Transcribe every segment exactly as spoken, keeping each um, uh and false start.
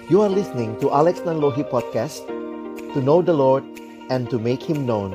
You are listening to Alex Nanlohi Podcast, to know the Lord and to make Him known.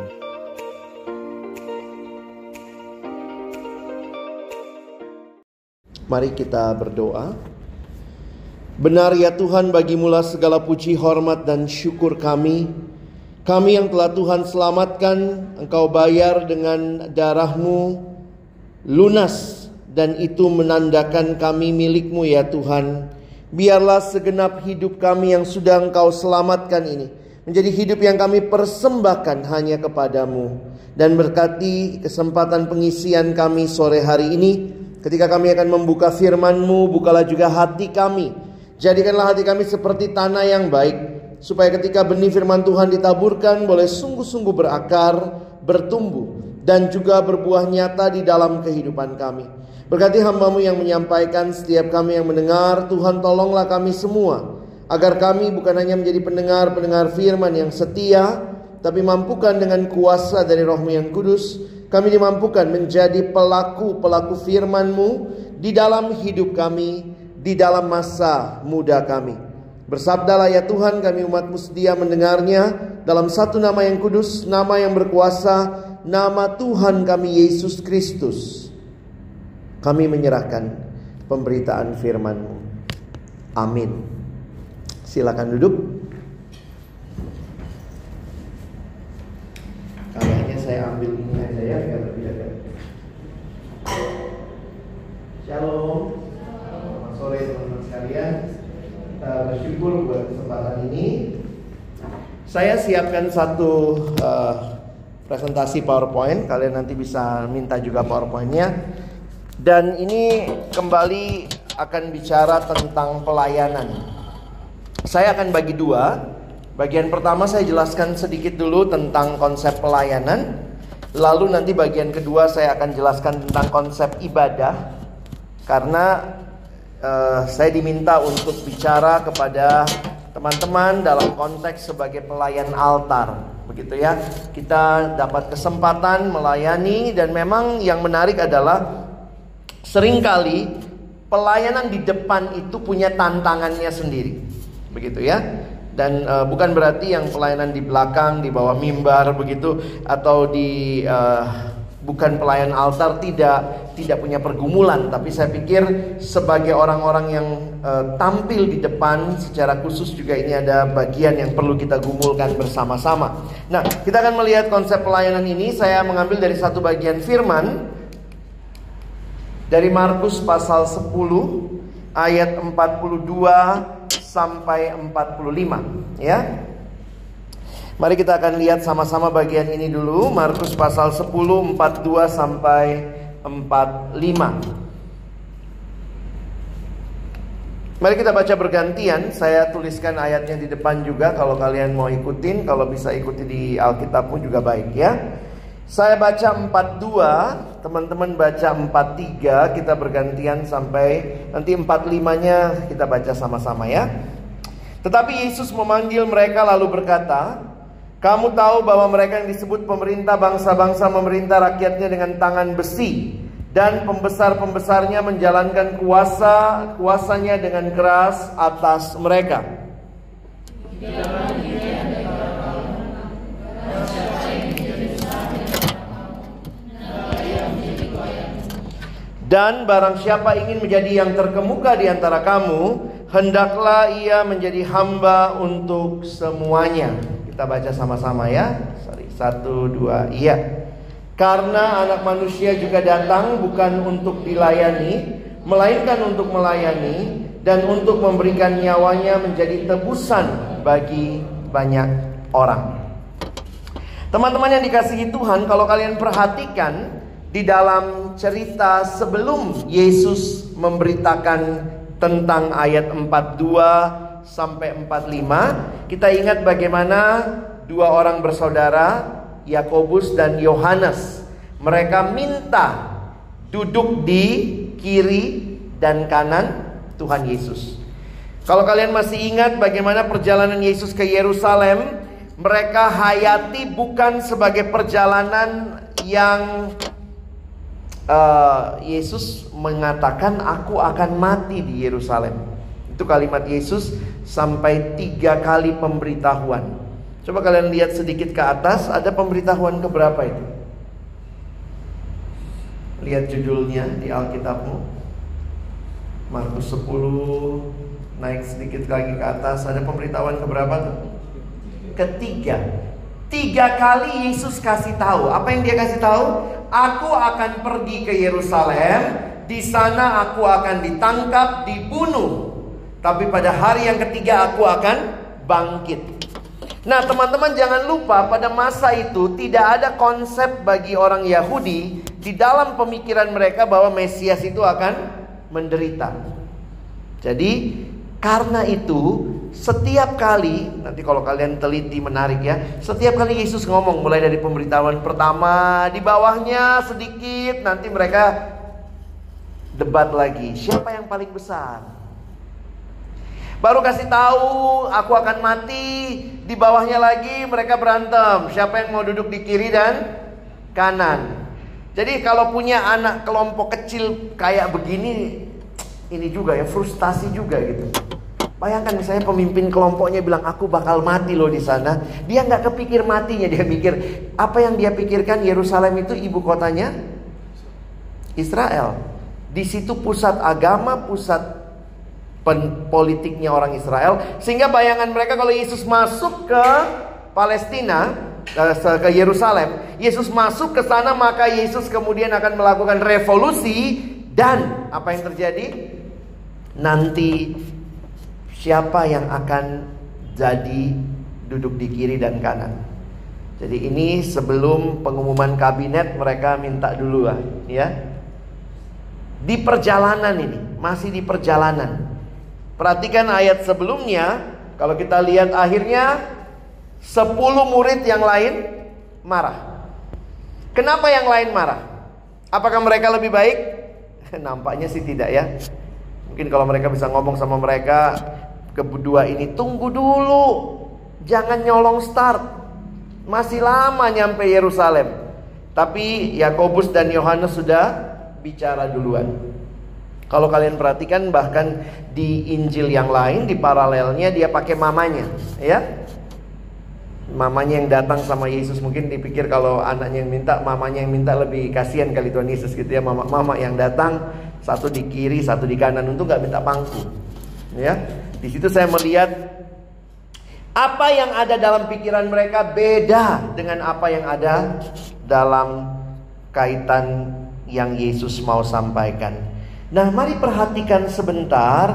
Mari kita berdoa. Benar ya Tuhan, bagimulah segala puji, hormat dan syukur kami. Kami yang telah Tuhan selamatkan, Engkau bayar dengan darah-Mu lunas, dan itu menandakan kami milik-Mu ya Tuhan. Biarlah segenap hidup kami yang sudah Engkau selamatkan ini menjadi hidup yang kami persembahkan hanya kepadamu. Dan berkati kesempatan pengisian kami sore hari ini, ketika kami akan membuka firman-Mu, bukalah juga hati kami. Jadikanlah hati kami seperti tanah yang baik, supaya ketika benih firman Tuhan ditaburkan, boleh sungguh-sungguh berakar, bertumbuh, dan juga berbuah nyata di dalam kehidupan kami. Berkati hamba-Mu yang menyampaikan, setiap kami yang mendengar. Tuhan, tolonglah kami semua, agar kami bukan hanya menjadi pendengar-pendengar firman yang setia, tapi mampukan dengan kuasa dari Roh-Mu yang kudus, kami dimampukan menjadi pelaku-pelaku firman-Mu di dalam hidup kami, di dalam masa muda kami. Bersabdalah ya Tuhan, kami umat-Mu sedia mendengarnya, dalam satu nama yang kudus, nama yang berkuasa, nama Tuhan kami Yesus Kristus. Kami menyerahkan pemberitaan firman-Mu. Amin. Silakan duduk. Kayaknya saya ambil ini aja ya, biar lebih dekat. Shalom. Selamat sore teman-teman sekalian. Kita bersyukur buat kesempatan ini. Saya siapkan satu uh, presentasi PowerPoint. Kalian nanti bisa minta juga PowerPoint-nya. Dan ini kembali akan bicara tentang pelayanan. Saya akan bagi dua. Bagian pertama saya jelaskan sedikit dulu tentang konsep pelayanan. Lalu nanti bagian kedua saya akan jelaskan tentang konsep ibadah. Karena uh, saya diminta untuk bicara kepada teman-teman dalam konteks sebagai pelayan altar. Begitu ya. Kita dapat kesempatan melayani, dan memang yang menarik adalah seringkali pelayanan di depan itu punya tantangannya sendiri, begitu ya. Dan uh, bukan berarti yang pelayanan di belakang, di bawah mimbar begitu, atau di uh, bukan pelayan altar tidak tidak punya pergumulan. Tapi saya pikir sebagai orang-orang yang uh, tampil di depan secara khusus juga ini ada bagian yang perlu kita gumulkan bersama-sama. Nah, kita akan melihat konsep pelayanan ini. Saya mengambil dari satu bagian firman dari Markus pasal sepuluh ayat empat puluh dua sampai empat puluh lima, ya. Mari kita akan lihat sama-sama bagian ini dulu. Markus pasal sepuluh empat puluh dua sampai empat puluh lima. Mari kita baca bergantian. Saya tuliskan ayatnya di depan juga kalau kalian mau ikutin. Kalau bisa ikuti di Alkitabmu juga baik, ya. Saya baca empat puluh dua, teman-teman baca empat puluh tiga, kita bergantian sampai nanti empat puluh lima-nya kita baca sama-sama, ya. Tetapi Yesus memanggil mereka lalu berkata, "Kamu tahu bahwa mereka yang disebut pemerintah bangsa-bangsa memerintah rakyatnya dengan tangan besi, dan pembesar-pembesarnya menjalankan kuasa kuasanya dengan keras atas mereka. Dan barang siapa ingin menjadi yang terkemuka di antara kamu, hendaklah ia menjadi hamba untuk semuanya." Kita baca sama-sama, ya. Sorry, satu, dua, iya. "Karena anak manusia juga datang bukan untuk dilayani, melainkan untuk melayani dan untuk memberikan nyawanya menjadi tebusan bagi banyak orang." Teman-teman yang dikasihi Tuhan, kalau kalian perhatikan di dalam cerita sebelum Yesus memberitakan tentang ayat empat puluh dua sampai empat puluh lima, kita ingat bagaimana dua orang bersaudara, Yakobus dan Yohanes, mereka minta duduk di kiri dan kanan Tuhan Yesus. Kalau kalian masih ingat bagaimana perjalanan Yesus ke Yerusalem, mereka hayati bukan sebagai perjalanan yang uh, Yesus mengatakan aku akan mati di Yerusalem. Itu kalimat Yesus sampai tiga kali pemberitahuan. Coba kalian lihat sedikit ke atas, ada pemberitahuan keberapa itu? Lihat judulnya di Alkitabmu. Markus sepuluh, naik sedikit lagi ke atas, ada pemberitahuan keberapa tuh? Ketiga. Tiga kali Yesus kasih tahu. Apa yang dia kasih tahu? Aku akan pergi ke Yerusalem, di sana aku akan ditangkap, dibunuh. Tapi pada hari yang ketiga aku akan bangkit. Nah teman-teman jangan lupa, pada masa itu tidak ada konsep bagi orang Yahudi di dalam pemikiran mereka bahwa Mesias itu akan menderita. Jadi karena itu setiap kali, nanti kalau kalian teliti menarik ya, setiap kali Yesus ngomong mulai dari pemberitahuan pertama, di bawahnya sedikit nanti mereka debat lagi, siapa yang paling besar. Baru kasih tahu aku akan mati, di bawahnya lagi mereka berantem, siapa yang mau duduk di kiri dan kanan. Jadi kalau punya anak kelompok kecil kayak begini, ini juga ya, frustasi juga gitu. Bayangkan misalnya pemimpin kelompoknya bilang aku bakal mati loh di sana. Dia nggak kepikir matinya, dia mikir apa yang dia pikirkan, Yerusalem itu ibu kotanya Israel. Di situ pusat agama, pusat politiknya orang Israel. Sehingga bayangan mereka kalau Yesus masuk ke Palestina, ke Yerusalem, Yesus masuk ke sana, maka Yesus kemudian akan melakukan revolusi. Dan apa yang terjadi? Nanti siapa yang akan jadi duduk di kiri dan kanan. Jadi ini sebelum pengumuman kabinet mereka minta dulu ya. Di perjalanan ini, masih di perjalanan. Perhatikan ayat sebelumnya. Kalau kita lihat akhirnya sepuluh murid yang lain marah. Kenapa yang lain marah? Apakah mereka lebih baik? Nampaknya sih tidak ya. Mungkin kalau mereka bisa ngomong sama mereka, kedua ini tunggu dulu, jangan nyolong start, masih lama nyampe Yerusalem. Tapi Yakobus dan Yohanes sudah bicara duluan. Kalau kalian perhatikan bahkan di Injil yang lain, di paralelnya dia pakai mamanya, ya. Mamanya yang datang sama Yesus, mungkin dipikir kalau anaknya yang minta, mamanya yang minta lebih kasihan kali Tuhan Yesus gitu ya. Mama, mama yang datang, satu di kiri, satu di kanan, untuk nggak minta pangku, ya. Di situ saya melihat apa yang ada dalam pikiran mereka beda dengan apa yang ada dalam kaitan yang Yesus mau sampaikan. Nah, mari perhatikan sebentar.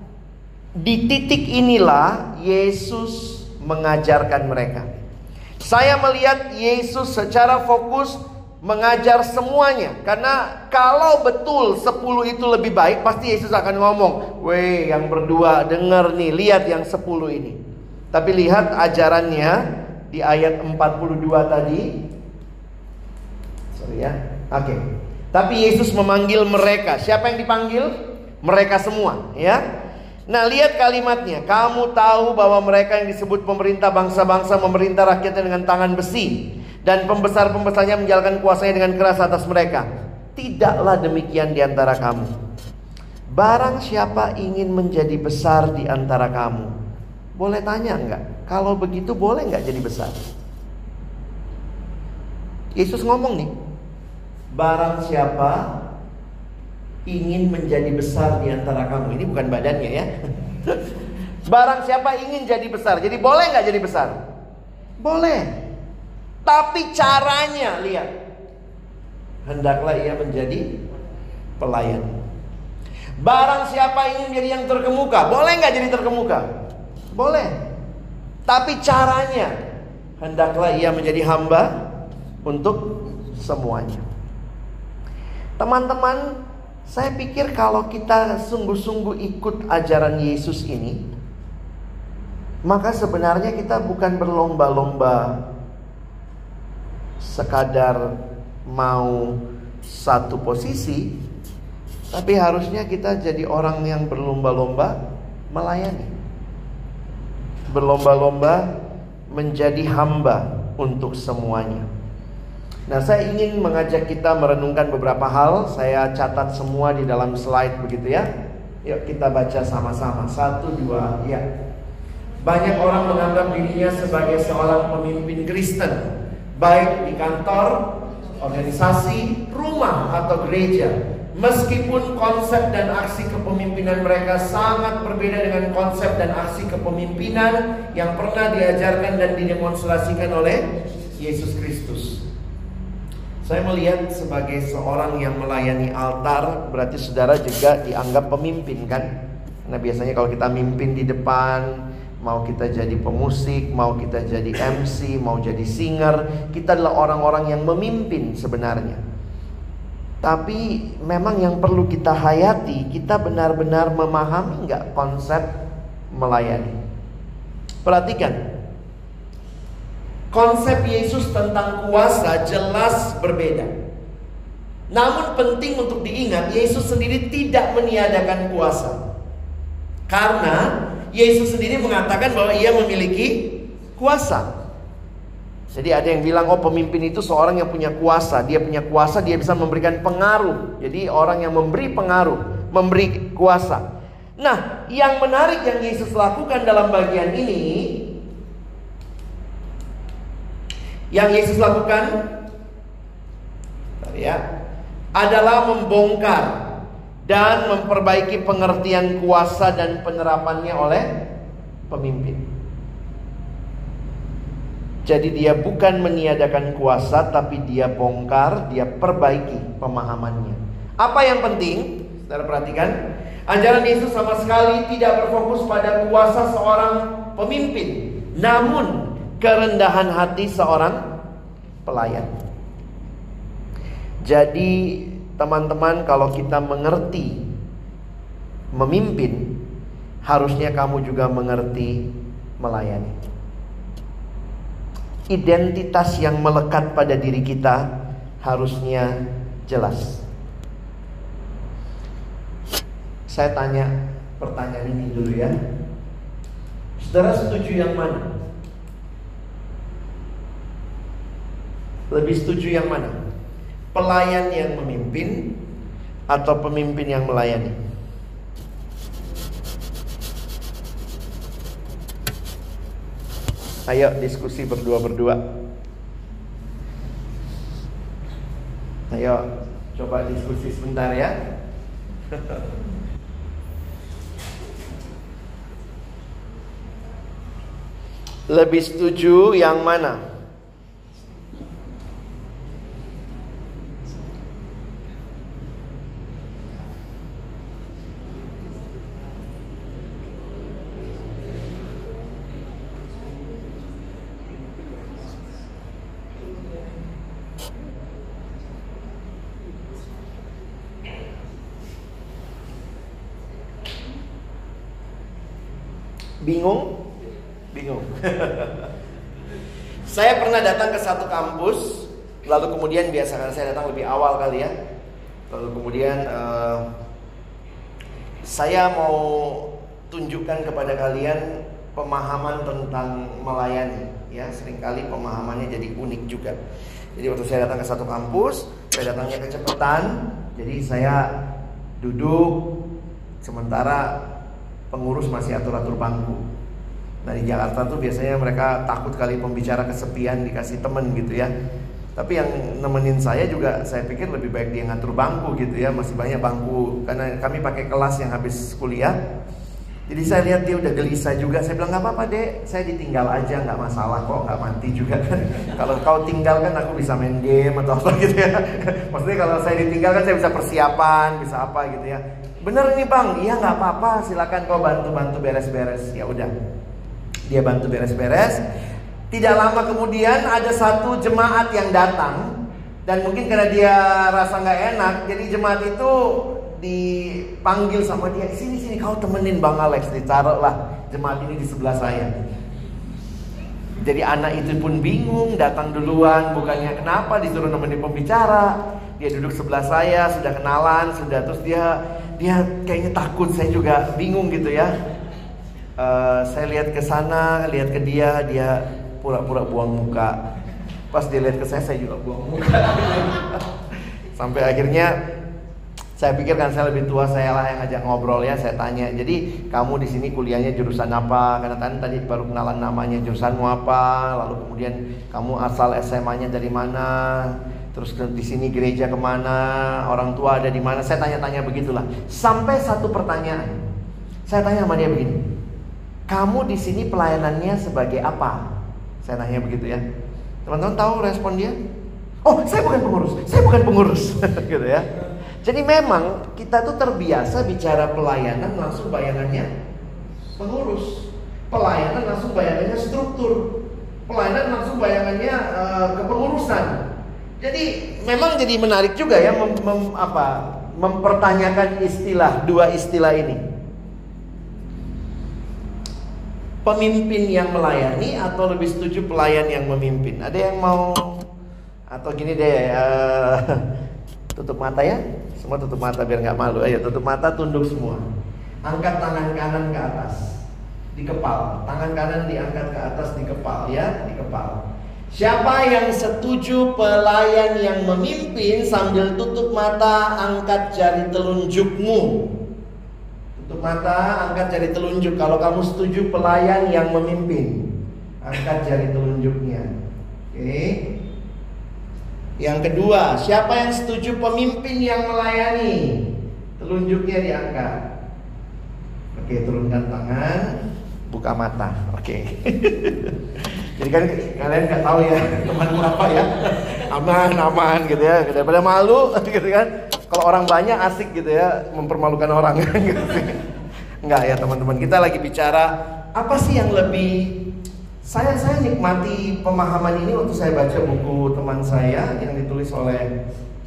Di titik inilah Yesus mengajarkan mereka. Saya melihat Yesus secara fokus mengajar semuanya. Karena kalau betul sepuluh itu lebih baik, pasti Yesus akan ngomong, "Weh, yang berdua dengar nih, lihat yang sepuluh ini." Tapi lihat ajarannya di ayat empat puluh dua tadi. Sorry ya. Oke. Okay. Tapi Yesus memanggil mereka. Siapa yang dipanggil? Mereka semua, ya. Nah, lihat kalimatnya. Kamu tahu bahwa mereka yang disebut pemerintah bangsa-bangsa memerintah rakyatnya dengan tangan besi, dan pembesar-pembesarnya menjalankan kuasanya dengan keras atas mereka. Tidaklah demikian di antara kamu. Barang siapa ingin menjadi besar di antara kamu, boleh tanya enggak? Kalau begitu boleh enggak jadi besar? Yesus ngomong nih, barang siapa ingin menjadi besar di antara kamu. Ini bukan badannya ya. Barang siapa ingin jadi besar. Jadi boleh nggak jadi besar? Boleh. Tapi caranya, lihat. Hendaklah ia menjadi pelayan. Barang siapa ingin menjadi yang terkemuka. Boleh nggak jadi terkemuka? Boleh. Tapi caranya, hendaklah ia menjadi hamba untuk semuanya. Teman-teman, saya pikir kalau kita sungguh-sungguh ikut ajaran Yesus ini, maka sebenarnya kita bukan berlomba-lomba sekadar mau satu posisi, tapi harusnya kita jadi orang yang berlomba-lomba melayani, berlomba-lomba menjadi hamba untuk semuanya. Nah, saya ingin mengajak kita merenungkan beberapa hal. Saya catat semua di dalam slide begitu ya. Yuk kita baca sama-sama. Satu, dua, ya. Banyak orang menganggap dirinya sebagai seorang pemimpin Kristen, baik di kantor, organisasi, rumah, atau gereja. Meskipun konsep dan aksi kepemimpinan mereka sangat berbeda dengan konsep dan aksi kepemimpinan yang pernah diajarkan dan didemonstrasikan oleh Yesus Kristus. Saya melihat sebagai seorang yang melayani altar, berarti saudara juga dianggap pemimpin kan? Nah biasanya kalau kita mimpin di depan, mau kita jadi pemusik, mau kita jadi M C, mau jadi singer, kita adalah orang-orang yang memimpin sebenarnya. Tapi memang yang perlu kita hayati, kita benar-benar memahami nggak konsep melayani. Perhatikan, konsep Yesus tentang kuasa jelas berbeda. Namun penting untuk diingat, Yesus sendiri tidak meniadakan kuasa. Karena Yesus sendiri mengatakan bahwa ia memiliki kuasa. Jadi ada yang bilang, oh pemimpin itu seorang yang punya kuasa. Dia punya kuasa, dia bisa memberikan pengaruh. Jadi orang yang memberi pengaruh, memberi kuasa. Nah, yang menarik yang Yesus lakukan dalam bagian ini, yang Yesus lakukan ya, adalah membongkar dan memperbaiki pengertian kuasa dan penerapannya oleh pemimpin. Jadi dia bukan meniadakan kuasa, tapi dia bongkar, dia perbaiki pemahamannya. Apa yang penting? Saudara perhatikan, ajaran Yesus sama sekali tidak berfokus pada kuasa seorang pemimpin, namun kerendahan hati seorang pelayan. Jadi teman-teman, kalau kita mengerti memimpin, harusnya kamu juga mengerti melayani. Identitas yang melekat pada diri kita harusnya jelas. Saya tanya pertanyaan ini dulu ya. Saudara setuju yang mana? Lebih setuju yang mana? Pelayan yang memimpin atau pemimpin yang melayani? Ayo diskusi berdua-berdua. Ayo coba diskusi sebentar ya. Lebih setuju yang mana? Bingung? Bingung. Saya pernah datang ke satu kampus, lalu kemudian biasakan saya datang lebih awal kali ya. Lalu kemudian uh, saya mau tunjukkan kepada kalian pemahaman tentang melayani. Ya, seringkali pemahamannya jadi unik juga. Jadi waktu saya datang ke satu kampus, saya datangnya kecepatan. Jadi saya duduk sementara pengurus masih atur-atur bangku. Nah di Jakarta tuh biasanya mereka takut kali pembicara kesepian dikasih temen gitu ya. Tapi yang nemenin saya juga saya pikir lebih baik dia ngatur bangku gitu ya. Masih banyak bangku, karena kami pakai kelas yang habis kuliah. Jadi saya lihat dia udah gelisah juga. Saya bilang, gak apa-apa dek, saya ditinggal aja, gak masalah kok, gak mati juga kan. Kalau kau tinggal kan aku bisa main game atau apa gitu ya. Maksudnya kalau saya ditinggal kan saya bisa persiapan, bisa apa gitu ya. Bener nih bang, iya gak apa-apa, silakan kau bantu-bantu beres-beres. Ya udah, dia bantu beres-beres. Tidak lama kemudian ada satu jemaat yang datang. Dan mungkin karena dia rasa gak enak, jadi jemaat itu dipanggil sama dia, sini sini kau temenin Bang Alex. Ditaruhlah jemaat ini di sebelah saya. Jadi anak itu pun bingung, datang duluan, bukannya kenapa disuruh nemenin pembicara. Dia duduk sebelah saya, sudah kenalan, sudah, terus dia dia kayaknya takut, saya juga bingung gitu ya. Uh, saya lihat ke sana, lihat ke dia, dia pura-pura buang muka. Pas dia lihat ke saya, saya juga buang muka. Sampai akhirnya Saya pikir kan saya lebih tua, saya lah yang ngajak ngobrol ya, saya tanya. Jadi kamu di sini kuliahnya jurusan apa? Karena kan tadi baru kenalan namanya, jurusanmu apa? Lalu kemudian kamu asal S M A-nya dari mana? Terus di sini gereja kemana? Orang tua ada di mana? Saya tanya-tanya begitulah. Sampai satu pertanyaan, saya tanya sama dia begini, kamu di sini pelayanannya sebagai apa? Saya nanya begitu ya. Teman-teman tahu respon dia? Oh, saya bukan pengurus, saya bukan pengurus, gitu ya. Jadi memang kita tuh terbiasa bicara pelayanan langsung bayangannya pengurus, pelayanan langsung bayangannya struktur, pelayanan langsung bayangannya uh, kepengurusan. Jadi memang jadi menarik juga ya mem, mem, apa, mempertanyakan istilah, dua istilah ini. Pemimpin yang melayani atau lebih setuju pelayan yang memimpin? Ada yang mau? Atau gini deh, uh, tutup mata ya. Semua tutup mata biar nggak malu. Ayo tutup mata, tunduk semua. Angkat tangan kanan ke atas, di kepala. Tangan kanan diangkat ke atas di kepala ya, di kepala. Siapa yang setuju pelayan yang memimpin? Sambil tutup mata, angkat jari telunjukmu. Tutup mata, angkat jari telunjuk. Kalau kamu setuju pelayan yang memimpin, angkat jari telunjuknya. Oke. Yang kedua, siapa yang setuju pemimpin yang melayani? Telunjuknya diangkat. Oke, turunkan tangan, buka mata. Oke. Jadi kan kalian nggak tahu ya temanmu apa ya, aman aman gitu ya, daripada malu gitu kan. Kalau orang banyak asik gitu ya, mempermalukan orang. Enggak ya teman-teman, kita lagi bicara apa sih yang lebih. Saya saya nikmati pemahaman ini waktu saya baca buku teman saya yang ditulis oleh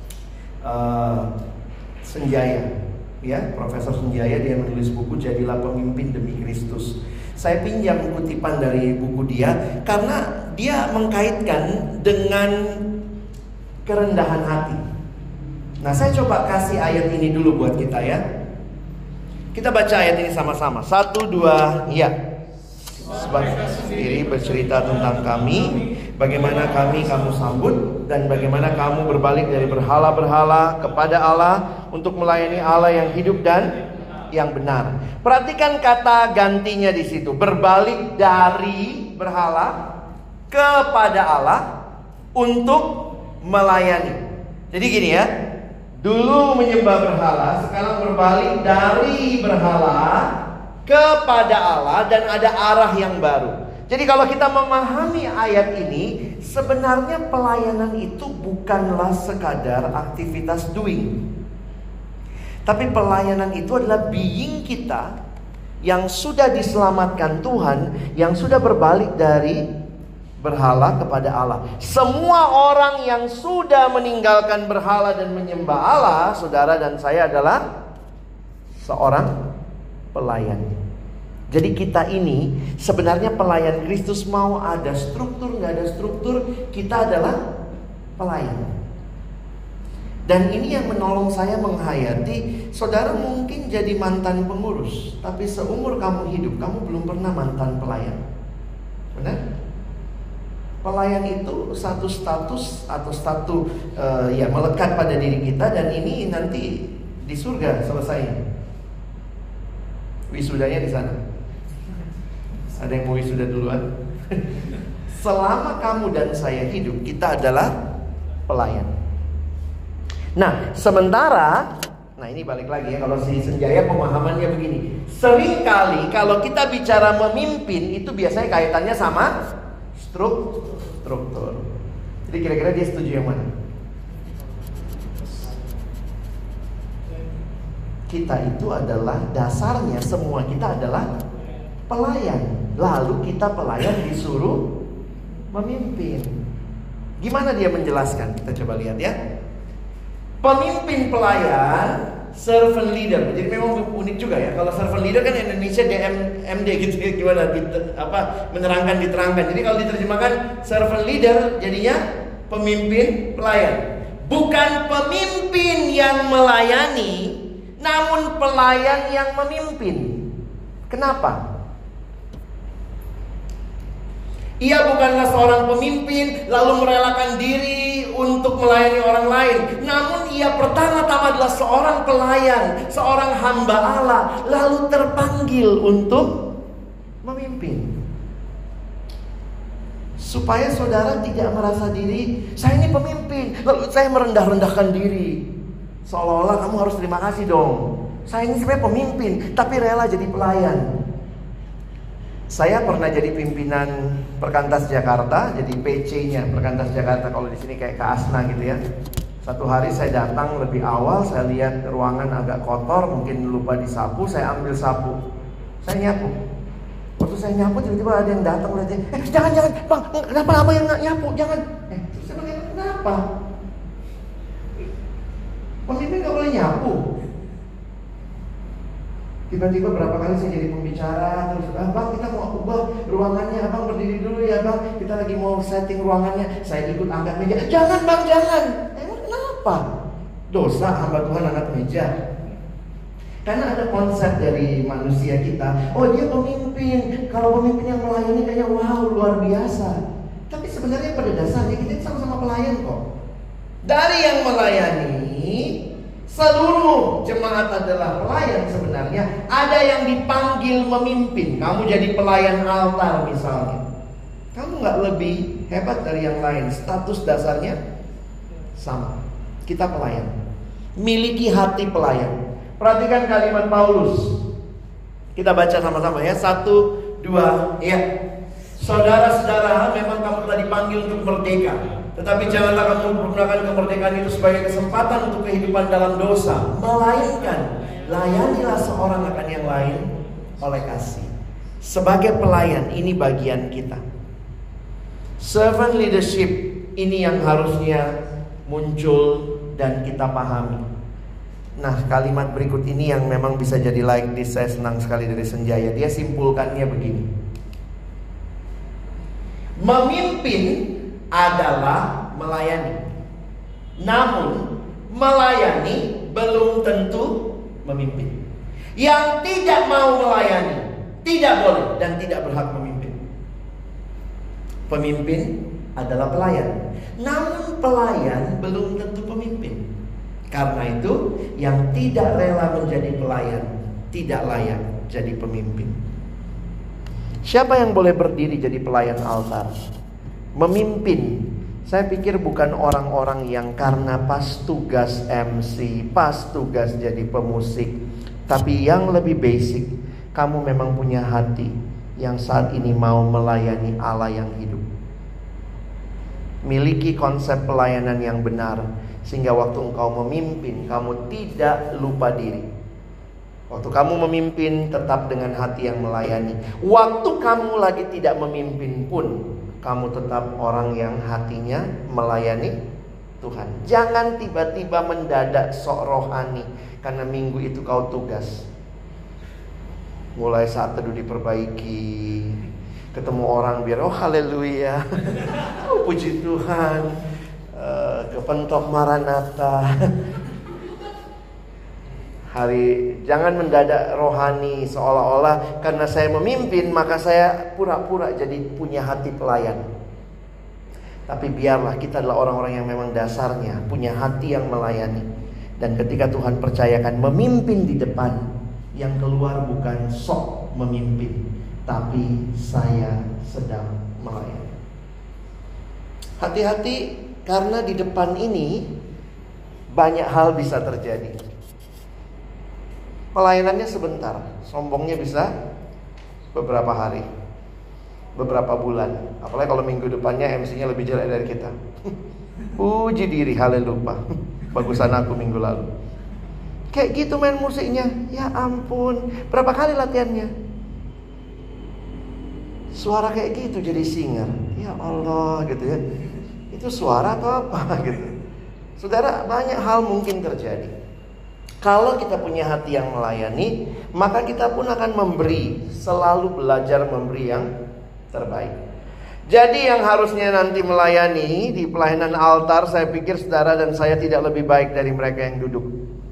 uh, Senjaya, ya, Profesor Senjaya. Dia menulis buku Jadilah Pemimpin Demi Kristus. Saya pinjam kutipan dari buku dia karena dia mengkaitkan dengan kerendahan hati. Nah, saya coba kasih ayat ini dulu buat kita ya. Kita baca ayat ini sama-sama. Satu, dua, ya. Sebab sendiri bercerita tentang kami, bagaimana kami kamu sambut, dan bagaimana kamu berbalik dari berhala-berhala kepada Allah untuk melayani Allah yang hidup dan yang benar. Perhatikan kata gantinya di situ, berbalik dari berhala kepada Allah untuk melayani. Jadi gini ya, dulu menyembah berhala, sekarang berbalik dari berhala kepada Allah dan ada arah yang baru. Jadi kalau kita memahami ayat ini, sebenarnya pelayanan itu bukanlah sekadar aktivitas doing. Tapi pelayanan itu adalah being kita yang sudah diselamatkan Tuhan, yang sudah berbalik dari berhala kepada Allah. Semua orang yang sudah meninggalkan berhala dan menyembah Allah, saudara dan saya adalah seorang pelayan. Jadi kita ini sebenarnya pelayan Kristus, mau ada struktur nggak ada struktur, kita adalah pelayan. Dan ini yang menolong saya menghayati, saudara mungkin jadi mantan pengurus, tapi seumur kamu hidup kamu belum pernah mantan pelayan. Benar? Pelayan itu satu status atau satu uh, ya melekat pada diri kita, dan ini nanti di surga selesai. Wisudanya di sana. Ada yang mau wisuda duluan? Selama kamu dan saya hidup, kita adalah pelayan. Nah, sementara, nah ini balik lagi ya, kalau si Senjaya pemahamannya begini. Seringkali kalau kita bicara memimpin, itu biasanya kaitannya sama struktur. struktur. Jadi kira-kira dia setuju yang mana? Kita itu adalah dasarnya, semua kita adalah pelayan. Lalu kita pelayan disuruh memimpin. Gimana dia menjelaskan? Kita coba lihat ya. Pemimpin pelayan, servant leader. Jadi memang unik juga ya. Kalau servant leader kan Indonesia D M D gitu, gimana? Diter, apa menerangkan diterangkan. Jadi kalau diterjemahkan servant leader jadinya pemimpin pelayan. Bukan pemimpin yang melayani, namun pelayan yang memimpin. Kenapa? Ia bukanlah seorang pemimpin lalu merelakan diri untuk melayani orang lain. Namun ia pertama-tama adalah seorang pelayan, seorang hamba Allah, lalu terpanggil untuk memimpin. Supaya saudara tidak merasa diri, saya ini pemimpin, lalu saya merendah-rendahkan diri. Seolah-olah kamu harus terima kasih dong. Saya ini sebenarnya pemimpin, tapi rela jadi pelayan. Saya pernah jadi pimpinan Perkantas Jakarta, jadi P C-nya Perkantas Jakarta. Kalau di sini kayak Kasna gitu ya. Satu hari saya datang lebih awal, saya lihat ruangan agak kotor, mungkin lupa disapu, saya ambil sapu, saya nyapu. Waktu saya nyapu tiba-tiba ada yang datang lihat, eh jangan jangan bang, kenapa abang yang nyapu, jangan. Eh terus saya bilang kenapa? Pemimpin nggak boleh nyapu. Tiba-tiba berapa kali saya jadi pembicara, terus ah, bang kita mau ubah ruangannya, abang berdiri dulu ya bang, kita lagi mau setting ruangannya, saya ikut angkat meja, jangan bang jangan. Emang kenapa? Dosa hamba Tuhan angkat meja. Karena ada konsep dari manusia kita, oh dia pemimpin, kalau pemimpin yang melayani kayaknya wow luar biasa. Tapi sebenarnya pada dasarnya kita sama-sama pelayan kok. Dari yang melayani, seluruh jemaat adalah pelayan sebenarnya. Ada yang dipanggil memimpin. Kamu jadi pelayan altar misalnya, kamu gak lebih hebat dari yang lain. Status dasarnya sama. Kita pelayan, miliki hati pelayan. Perhatikan kalimat Paulus. Kita baca sama-sama ya. Satu, dua, ya. Saudara-saudara, memang kamu telah dipanggil untuk merdeka, tetapi janganlah kamu menggunakan kemerdekaan itu sebagai kesempatan untuk kehidupan dalam dosa, melainkan layanilah seorang akan yang lain oleh kasih. Sebagai pelayan, ini bagian kita. Servant leadership ini yang harusnya muncul dan kita pahami. Nah, kalimat berikut ini yang memang bisa jadi like this. Saya senang sekali dari Senjaya. Dia simpulkannya begini: memimpin adalah melayani. Namun melayani belum tentu memimpin. Yang tidak mau melayani tidak boleh dan tidak berhak memimpin. Pemimpin adalah pelayan, namun pelayan belum tentu pemimpin. Karena itu yang tidak rela menjadi pelayan tidak layak jadi pemimpin. Siapa yang boleh berdiri jadi pelayan altar? Memimpin, saya pikir bukan orang-orang yang karena pas tugas M C, pas tugas jadi pemusik, tapi yang lebih basic, kamu memang punya hati yang saat ini mau melayani Allah yang hidup. Miliki konsep pelayanan yang benar, sehingga waktu engkau memimpin, kamu tidak lupa diri. Waktu kamu memimpin, tetap dengan hati yang melayani. Waktu kamu lagi tidak memimpin pun, kamu tetap orang yang hatinya melayani Tuhan. Jangan tiba-tiba mendadak sok rohani karena minggu itu kau tugas. Mulai saat teduh diperbaiki, ketemu orang biar oh haleluya, oh puji Tuhan, uh, kepentok Maranatha. Hari jangan mendadak rohani seolah-olah karena saya memimpin maka saya pura-pura jadi punya hati pelayan. Tapi biarlah kita adalah orang-orang yang memang dasarnya punya hati yang melayani. Dan ketika Tuhan percayakan memimpin di depan, yang keluar bukan sok memimpin, tapi saya sedang melayani. Hati-hati karena di depan ini banyak hal bisa terjadi. Pelayanannya sebentar, sombongnya bisa beberapa hari, beberapa bulan. Apalagi kalau minggu depannya M C-nya lebih jelek dari kita. Puji diri, haleluya. Bagusan aku minggu lalu. Kayak gitu main musiknya. Ya ampun, berapa kali latihannya? Suara kayak gitu jadi singer. Ya Allah gitu ya. Itu suara atau apa gitu. Saudara, banyak hal mungkin terjadi. Kalau kita punya hati yang melayani, maka kita pun akan memberi, selalu belajar memberi yang terbaik. Jadi yang harusnya nanti melayani di pelayanan altar, saya pikir saudara dan saya tidak lebih baik dari mereka yang duduk.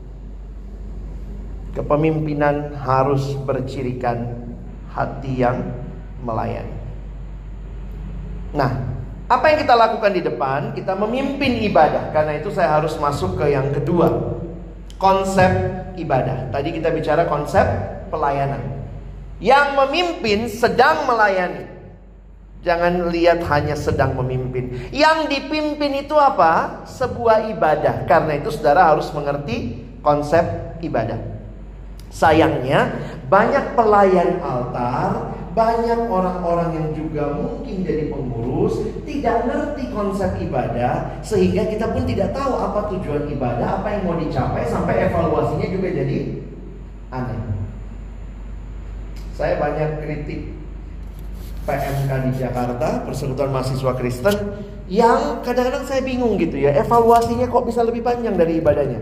Kepemimpinan harus bercirikan hati yang melayani. Nah, apa yang kita lakukan di depan? Kita memimpin ibadah. Karena itu saya harus masuk ke yang kedua, konsep ibadah. Tadi kita bicara konsep pelayanan. Yang memimpin sedang melayani. Jangan lihat hanya sedang memimpin. Yang dipimpin itu apa? Sebuah ibadah. Karena itu saudara harus mengerti konsep ibadah. Sayangnya banyak pelayan altar, banyak orang-orang yang juga mungkin jadi pengurus, tidak ngerti konsep ibadah, sehingga kita pun tidak tahu apa tujuan ibadah, apa yang mau dicapai, sampai evaluasinya juga jadi aneh. Saya banyak kritik P M K di Jakarta, Persekutuan Mahasiswa Kristen, yang kadang-kadang saya bingung gitu ya, evaluasinya kok bisa lebih panjang dari ibadahnya.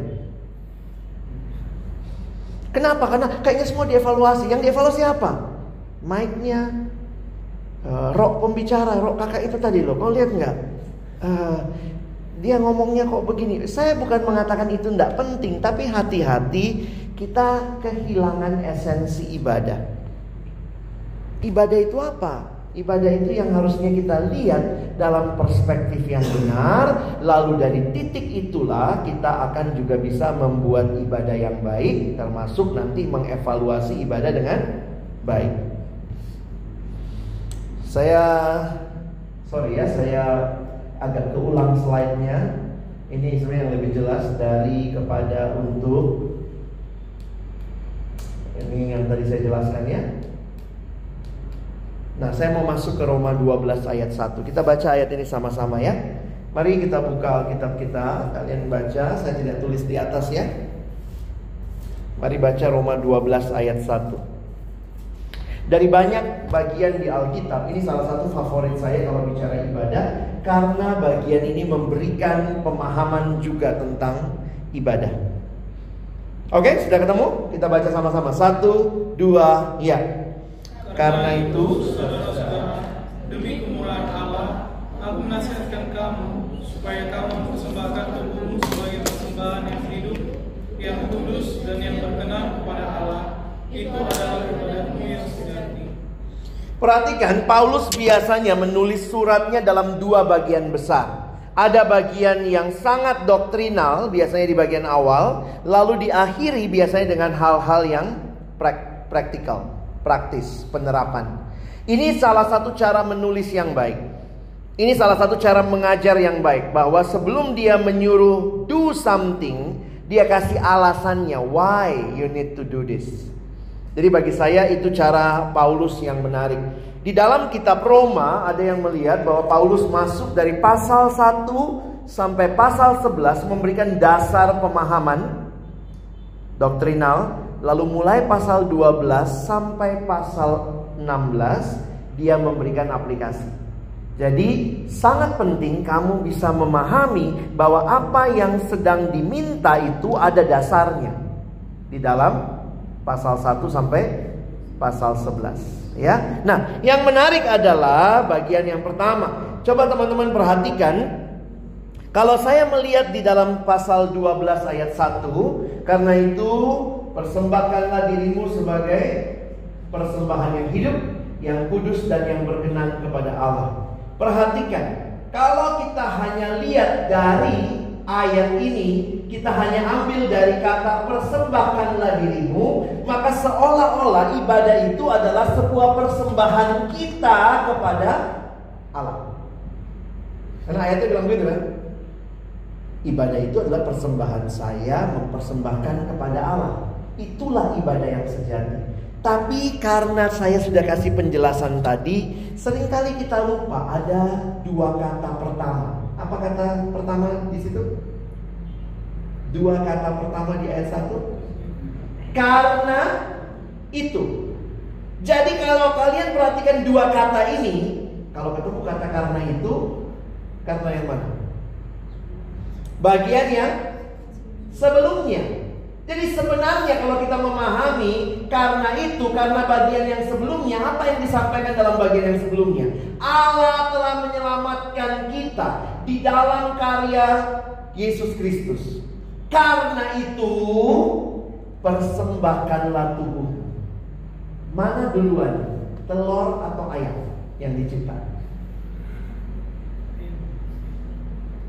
Kenapa? Karena kayaknya semua dievaluasi. Yang dievaluasi apa? Mic-nya, uh, rok pembicara, rok kakak itu tadi loh, kau lihat nggak? Uh, dia ngomongnya kok begini. Saya bukan mengatakan itu tidak penting, tapi hati-hati kita kehilangan esensi ibadah. Ibadah itu apa? Ibadah itu yang harusnya kita lihat dalam perspektif yang benar. Lalu dari titik itulah kita akan juga bisa membuat ibadah yang baik, termasuk nanti mengevaluasi ibadah dengan baik. Saya sorry ya, saya agak keulang slide-nya. Ini sebenarnya yang lebih jelas dari kepada untuk ini yang tadi saya jelaskan ya. Nah, saya mau masuk ke Roma dua belas ayat satu. Kita baca ayat ini sama-sama ya. Mari kita buka Alkitab kita. Kalian baca, saya tidak tulis di atas ya. Mari baca Roma dua belas ayat satu. Dari banyak bagian di Alkitab, ini salah satu favorit saya kalau bicara ibadah, karena bagian ini memberikan pemahaman juga tentang ibadah. Oke, sudah ketemu? Kita baca sama-sama. Satu, dua, ya. Karena itu, saudara-saudara, demi kemurahan Allah, aku menasihatkan kamu supaya kamu mempersembahkan tubuhmu sebagai persembahan yang hidup, yang kudus dan yang berkenan kepada Allah. Itu adalah ibadahmu yang sejati. Perhatikan, Paulus biasanya menulis suratnya dalam dua bagian besar. Ada bagian yang sangat doktrinal, biasanya di bagian awal, lalu diakhiri biasanya dengan hal-hal yang prak- praktikal. Praktis, penerapan. Ini salah satu cara menulis yang baik. Ini salah satu cara mengajar yang baik, bahwa sebelum dia menyuruh do something, dia kasih alasannya, why you need to do this. Jadi bagi saya itu cara Paulus yang menarik. Di dalam kitab Roma ada yang melihat bahwa Paulus masuk dari pasal satu sampai pasal sebelas memberikan dasar pemahaman doktrinal. Lalu mulai pasal dua belas sampai pasal enam belas dia memberikan aplikasi. Jadi sangat penting kamu bisa memahami bahwa apa yang sedang diminta itu ada dasarnya di dalam pasal satu sampai pasal sebelas ya. Nah, yang menarik adalah bagian yang pertama. Coba teman-teman perhatikan. Kalau saya melihat di dalam pasal dua belas ayat satu, karena itu persembahkanlah dirimu sebagai persembahan yang hidup, yang kudus dan yang berkenan kepada Allah. Perhatikan, kalau kita hanya lihat dari ayat ini, kita hanya ambil dari kata persembahkanlah dirimu, maka seolah-olah ibadah itu adalah sebuah persembahan kita kepada Allah. Karena ayatnya bilang begitu kan? Ibadah itu adalah persembahan saya mempersembahkan kepada Allah. Itulah ibadah yang sejati. Tapi karena saya sudah kasih penjelasan tadi, seringkali kita lupa ada dua kata pertama. Apa kata pertama di situ? Dua kata pertama di ayat satu. Karena itu. Jadi kalau kalian perhatikan dua kata ini, kalau ketemu kata karena itu, karena yang mana? Bagian yang sebelumnya. Jadi sebenarnya kalau kita memahami karena itu, karena bagian yang sebelumnya, apa yang disampaikan dalam bagian yang sebelumnya? Allah telah menyelamatkan kita di dalam karya Yesus Kristus. Karena itu persembahkanlah tubuh. Mana duluan? Telur atau ayam yang dicipta?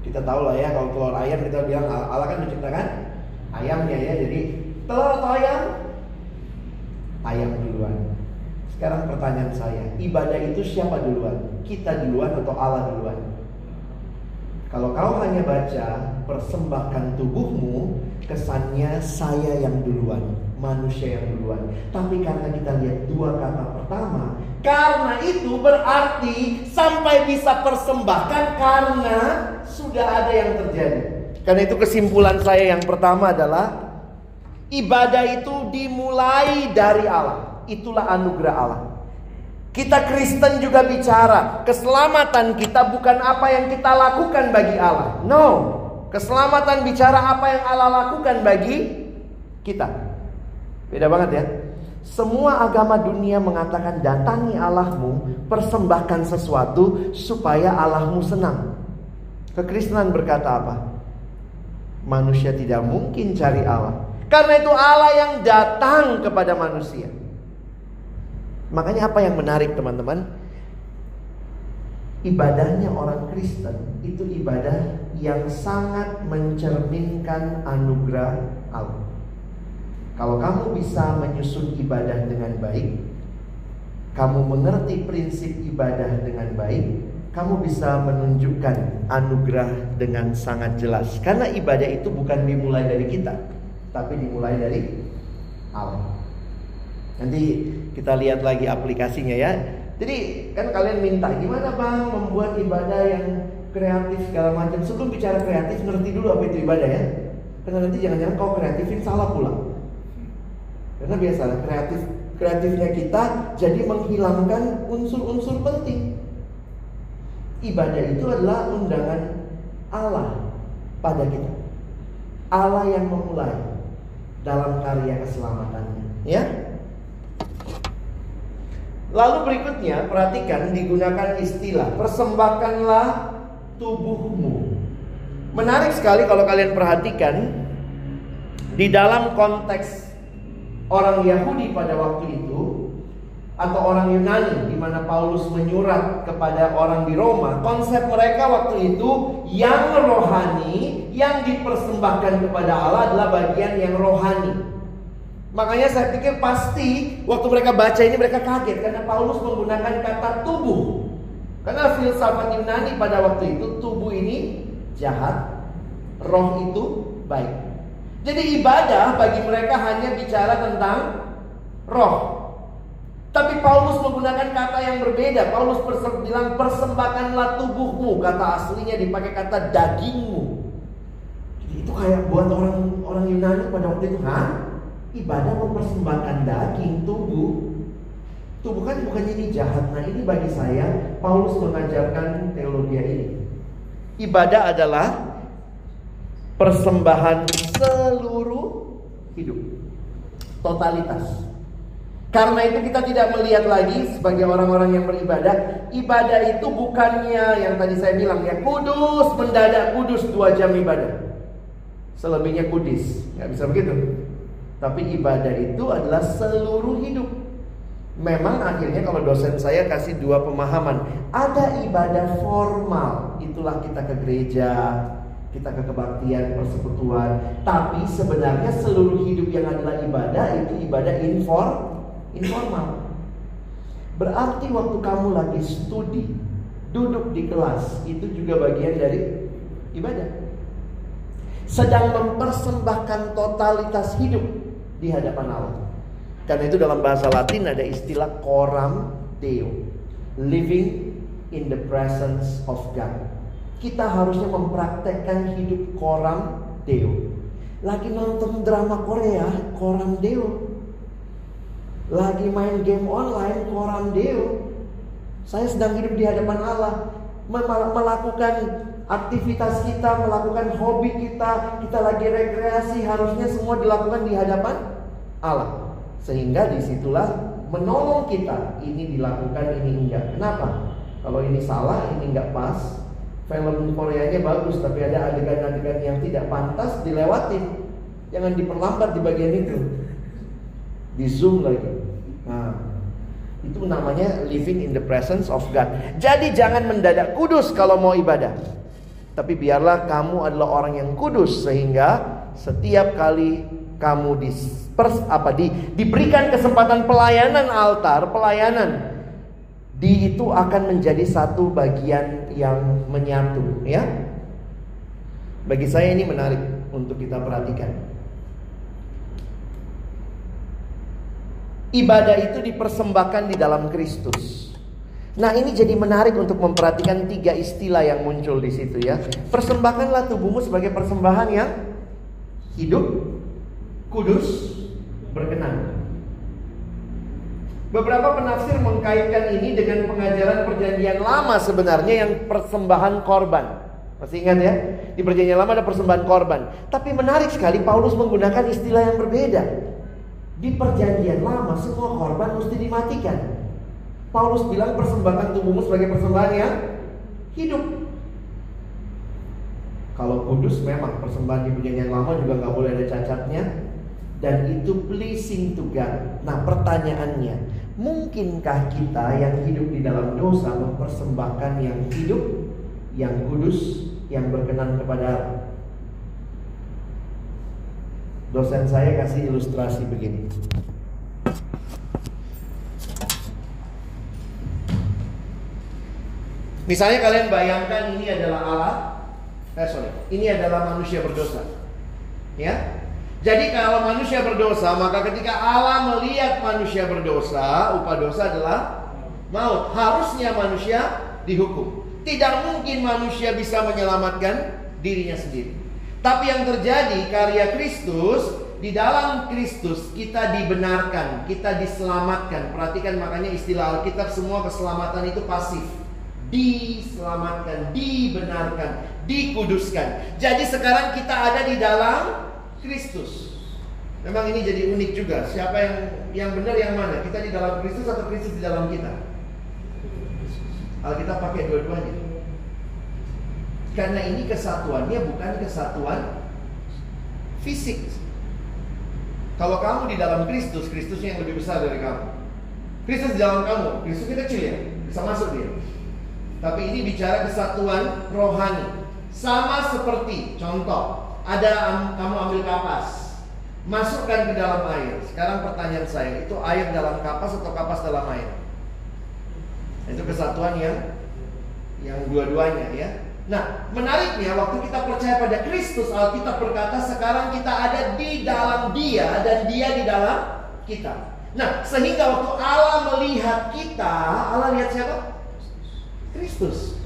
Kita tahu lah ya, kalau telur ayam kita bilang Allah kan menciptakan ayamnya ya. Jadi telur atau ayam? Ayam duluan. Sekarang pertanyaan saya, ibadah itu siapa duluan? Kita duluan atau Allah duluan? Kalau kau hanya baca persembahkan tubuhmu, kesannya saya yang duluan, manusia yang duluan. Tapi karena kita lihat dua kata pertama, karena itu berarti sampai bisa persembahkan karena sudah ada yang terjadi. Karena itu kesimpulan saya yang pertama adalah ibadah itu dimulai dari Allah. Itulah anugerah Allah. Kita Kristen juga bicara, keselamatan kita bukan apa yang kita lakukan bagi Allah. No, keselamatan bicara apa yang Allah lakukan bagi kita. Beda banget ya. Semua agama dunia mengatakan datangi Allahmu, persembahkan sesuatu supaya Allahmu senang. Kekristenan berkata apa? Manusia tidak mungkin cari Allah, karena itu Allah yang datang kepada manusia. Makanya apa yang menarik teman-teman? Ibadahnya orang Kristen itu ibadah yang sangat mencerminkan anugerah Allah. Kalau kamu bisa menyusun ibadah dengan baik, kamu mengerti prinsip ibadah dengan baik, kamu bisa menunjukkan anugerah dengan sangat jelas. Karena ibadah itu bukan dimulai dari kita, tapi dimulai dari Allah. Nanti kita lihat lagi aplikasinya ya. Jadi kan kalian minta, gimana bang membuat ibadah yang kreatif segala macam. Sebelum bicara kreatif, ngerti dulu apa itu ibadah ya. Karena nanti jangan-jangan kau kreatifin salah pula. Karena biasalah kreatif kreatifnya kita jadi menghilangkan unsur-unsur penting. Ibadah itu adalah undangan Allah pada kita. Allah yang memulai dalam karya keselamatannya, ya. Lalu berikutnya, perhatikan digunakan istilah persembahkanlah tubuhmu. Menarik sekali kalau kalian perhatikan di dalam konteks orang Yahudi pada waktu itu atau orang Yunani, di mana Paulus menyurat kepada orang di Roma, konsep mereka waktu itu yang rohani, yang dipersembahkan kepada Allah adalah bagian yang rohani. Makanya saya pikir pasti waktu mereka baca ini mereka kaget karena Paulus menggunakan kata tubuh. Karena filsafat Yunani pada waktu itu tubuh ini jahat, roh itu baik. Jadi ibadah bagi mereka hanya bicara tentang roh. Tapi Paulus menggunakan kata yang berbeda. Paulus bilang persembahkanlah tubuhmu. Kata aslinya dipakai kata dagingmu. Jadi itu kayak buat orang orang Yunani pada waktu itu, hah? Ibadah mempersembahkan daging, tubuh. Tubuh kan bukannya ini jahat. Nah ini bagi saya Paulus mengajarkan teologi ini. Ibadah adalah persembahan seluruh hidup, totalitas. Karena itu kita tidak melihat lagi sebagai orang-orang yang beribadah, ibadah itu bukannya yang tadi saya bilang ya, kudus, mendadak kudus dua jam ibadah, selebihnya kudis. Gak bisa begitu. Tapi ibadah itu adalah seluruh hidup. Memang akhirnya kalau dosen saya kasih dua pemahaman. Ada ibadah formal, itulah kita ke gereja, kita ke kebaktian, persekutuan. Tapi sebenarnya seluruh hidup yang adalah ibadah itu ibadah inform, informal. Berarti waktu kamu lagi studi, duduk di kelas, itu juga bagian dari ibadah. Sedang mempersembahkan totalitas hidup di hadapan Allah. Karena itu dalam bahasa Latin ada istilah coram Deo, living in the presence of God. Kita harusnya mempraktekkan hidup coram Deo. Lagi nonton drama Korea, coram Deo. Lagi main game online, coram Deo. Saya sedang hidup di hadapan Allah, melakukan aktivitas kita, melakukan hobi kita, kita lagi rekreasi, harusnya semua dilakukan di hadapan Allah. Sehingga disitulah menolong kita, ini dilakukan, ini enggak. Kenapa? Kalau ini salah, ini enggak pas. Film Koreanya bagus, tapi ada adegan-adegan yang tidak pantas, dilewatin. Jangan diperlambat di bagian itu, di zoom lagi. Nah, itu namanya living in the presence of God. Jadi jangan mendadak kudus kalau mau ibadah. Tapi biarlah kamu adalah orang yang kudus, sehingga setiap kali kamu di, pers, apa, di, diberikan kesempatan pelayanan altar, pelayanan, di itu akan menjadi satu bagian yang menyatu, ya. Bagi saya ini menarik untuk kita perhatikan. Ibadah itu dipersembahkan di dalam Kristus. Nah, ini jadi menarik untuk memperhatikan tiga istilah yang muncul di situ, ya. Persembahkanlah tubuhmu sebagai persembahan yang hidup, kudus, berkenan. Beberapa penafsir mengkaitkan ini dengan pengajaran perjanjian lama sebenarnya yang persembahan korban. Masih ingat ya? Di perjanjian lama ada persembahan korban. Tapi menarik sekali Paulus menggunakan istilah yang berbeda. Di perjanjian lama semua korban mesti dimatikan. Paulus bilang persembahkan tubuhmu sebagai persembahan yang hidup. Kalau kudus memang persembahan di perjanjian lama juga gak boleh ada cacatnya. Dan itu pleasing to God. Nah, pertanyaannya, mungkinkah kita yang hidup di dalam dosa mempersembahkan yang hidup, yang kudus, yang berkenan kepada Allah? Dosen saya kasih ilustrasi begini. Misalnya kalian bayangkan ini adalah Allah, eh sorry, ini adalah manusia berdosa, ya. Jadi kalau manusia berdosa, maka ketika Allah melihat manusia berdosa, upah dosa adalah maut. Harusnya manusia dihukum. Tidak mungkin manusia bisa menyelamatkan dirinya sendiri. Tapi yang terjadi karya Kristus, di dalam Kristus kita dibenarkan, kita diselamatkan. Perhatikan makanya istilah Alkitab semua keselamatan itu pasif. Diselamatkan, dibenarkan, dikuduskan. Jadi sekarang kita ada di dalam Kristus. Memang ini jadi unik juga. Siapa yang yang benar yang mana? Kita di dalam Kristus atau Kristus di dalam kita? Alkitab pakai dua-duanya. Karena ini kesatuannya bukan kesatuan fisik. Kalau kamu di dalam Kristus, Kristusnya yang lebih besar dari kamu. Kristus di dalam kamu, Kristusnya kecil ya, bisa masuk dia. Tapi ini bicara kesatuan rohani. Sama seperti contoh, ada kamu ambil kapas, masukkan ke dalam air. Sekarang pertanyaan saya, itu air dalam kapas atau kapas dalam air? Itu kesatuan yang yang dua-duanya, ya. Nah, menariknya waktu kita percaya pada Kristus, Alkitab berkata sekarang kita ada di dalam Dia dan Dia di dalam kita. Nah, sehingga waktu Allah melihat kita, Allah lihat siapa? Kristus,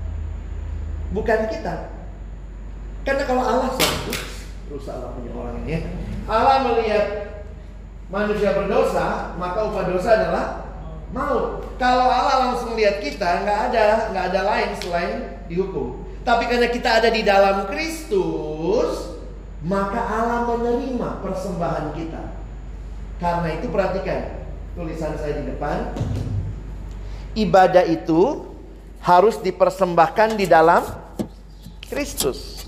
bukan kita. Karena kalau Allah satu, rusaklah punya orang ini ya. Allah melihat manusia berdosa, maka upah dosa adalah maut. Kalau Allah langsung lihat kita, nggak ada, nggak ada lain selain dihukum. Tapi karena kita ada di dalam Kristus, maka Allah menerima persembahan kita. Karena itu perhatikan tulisan saya di depan. Ibadah itu harus dipersembahkan di dalam Kristus.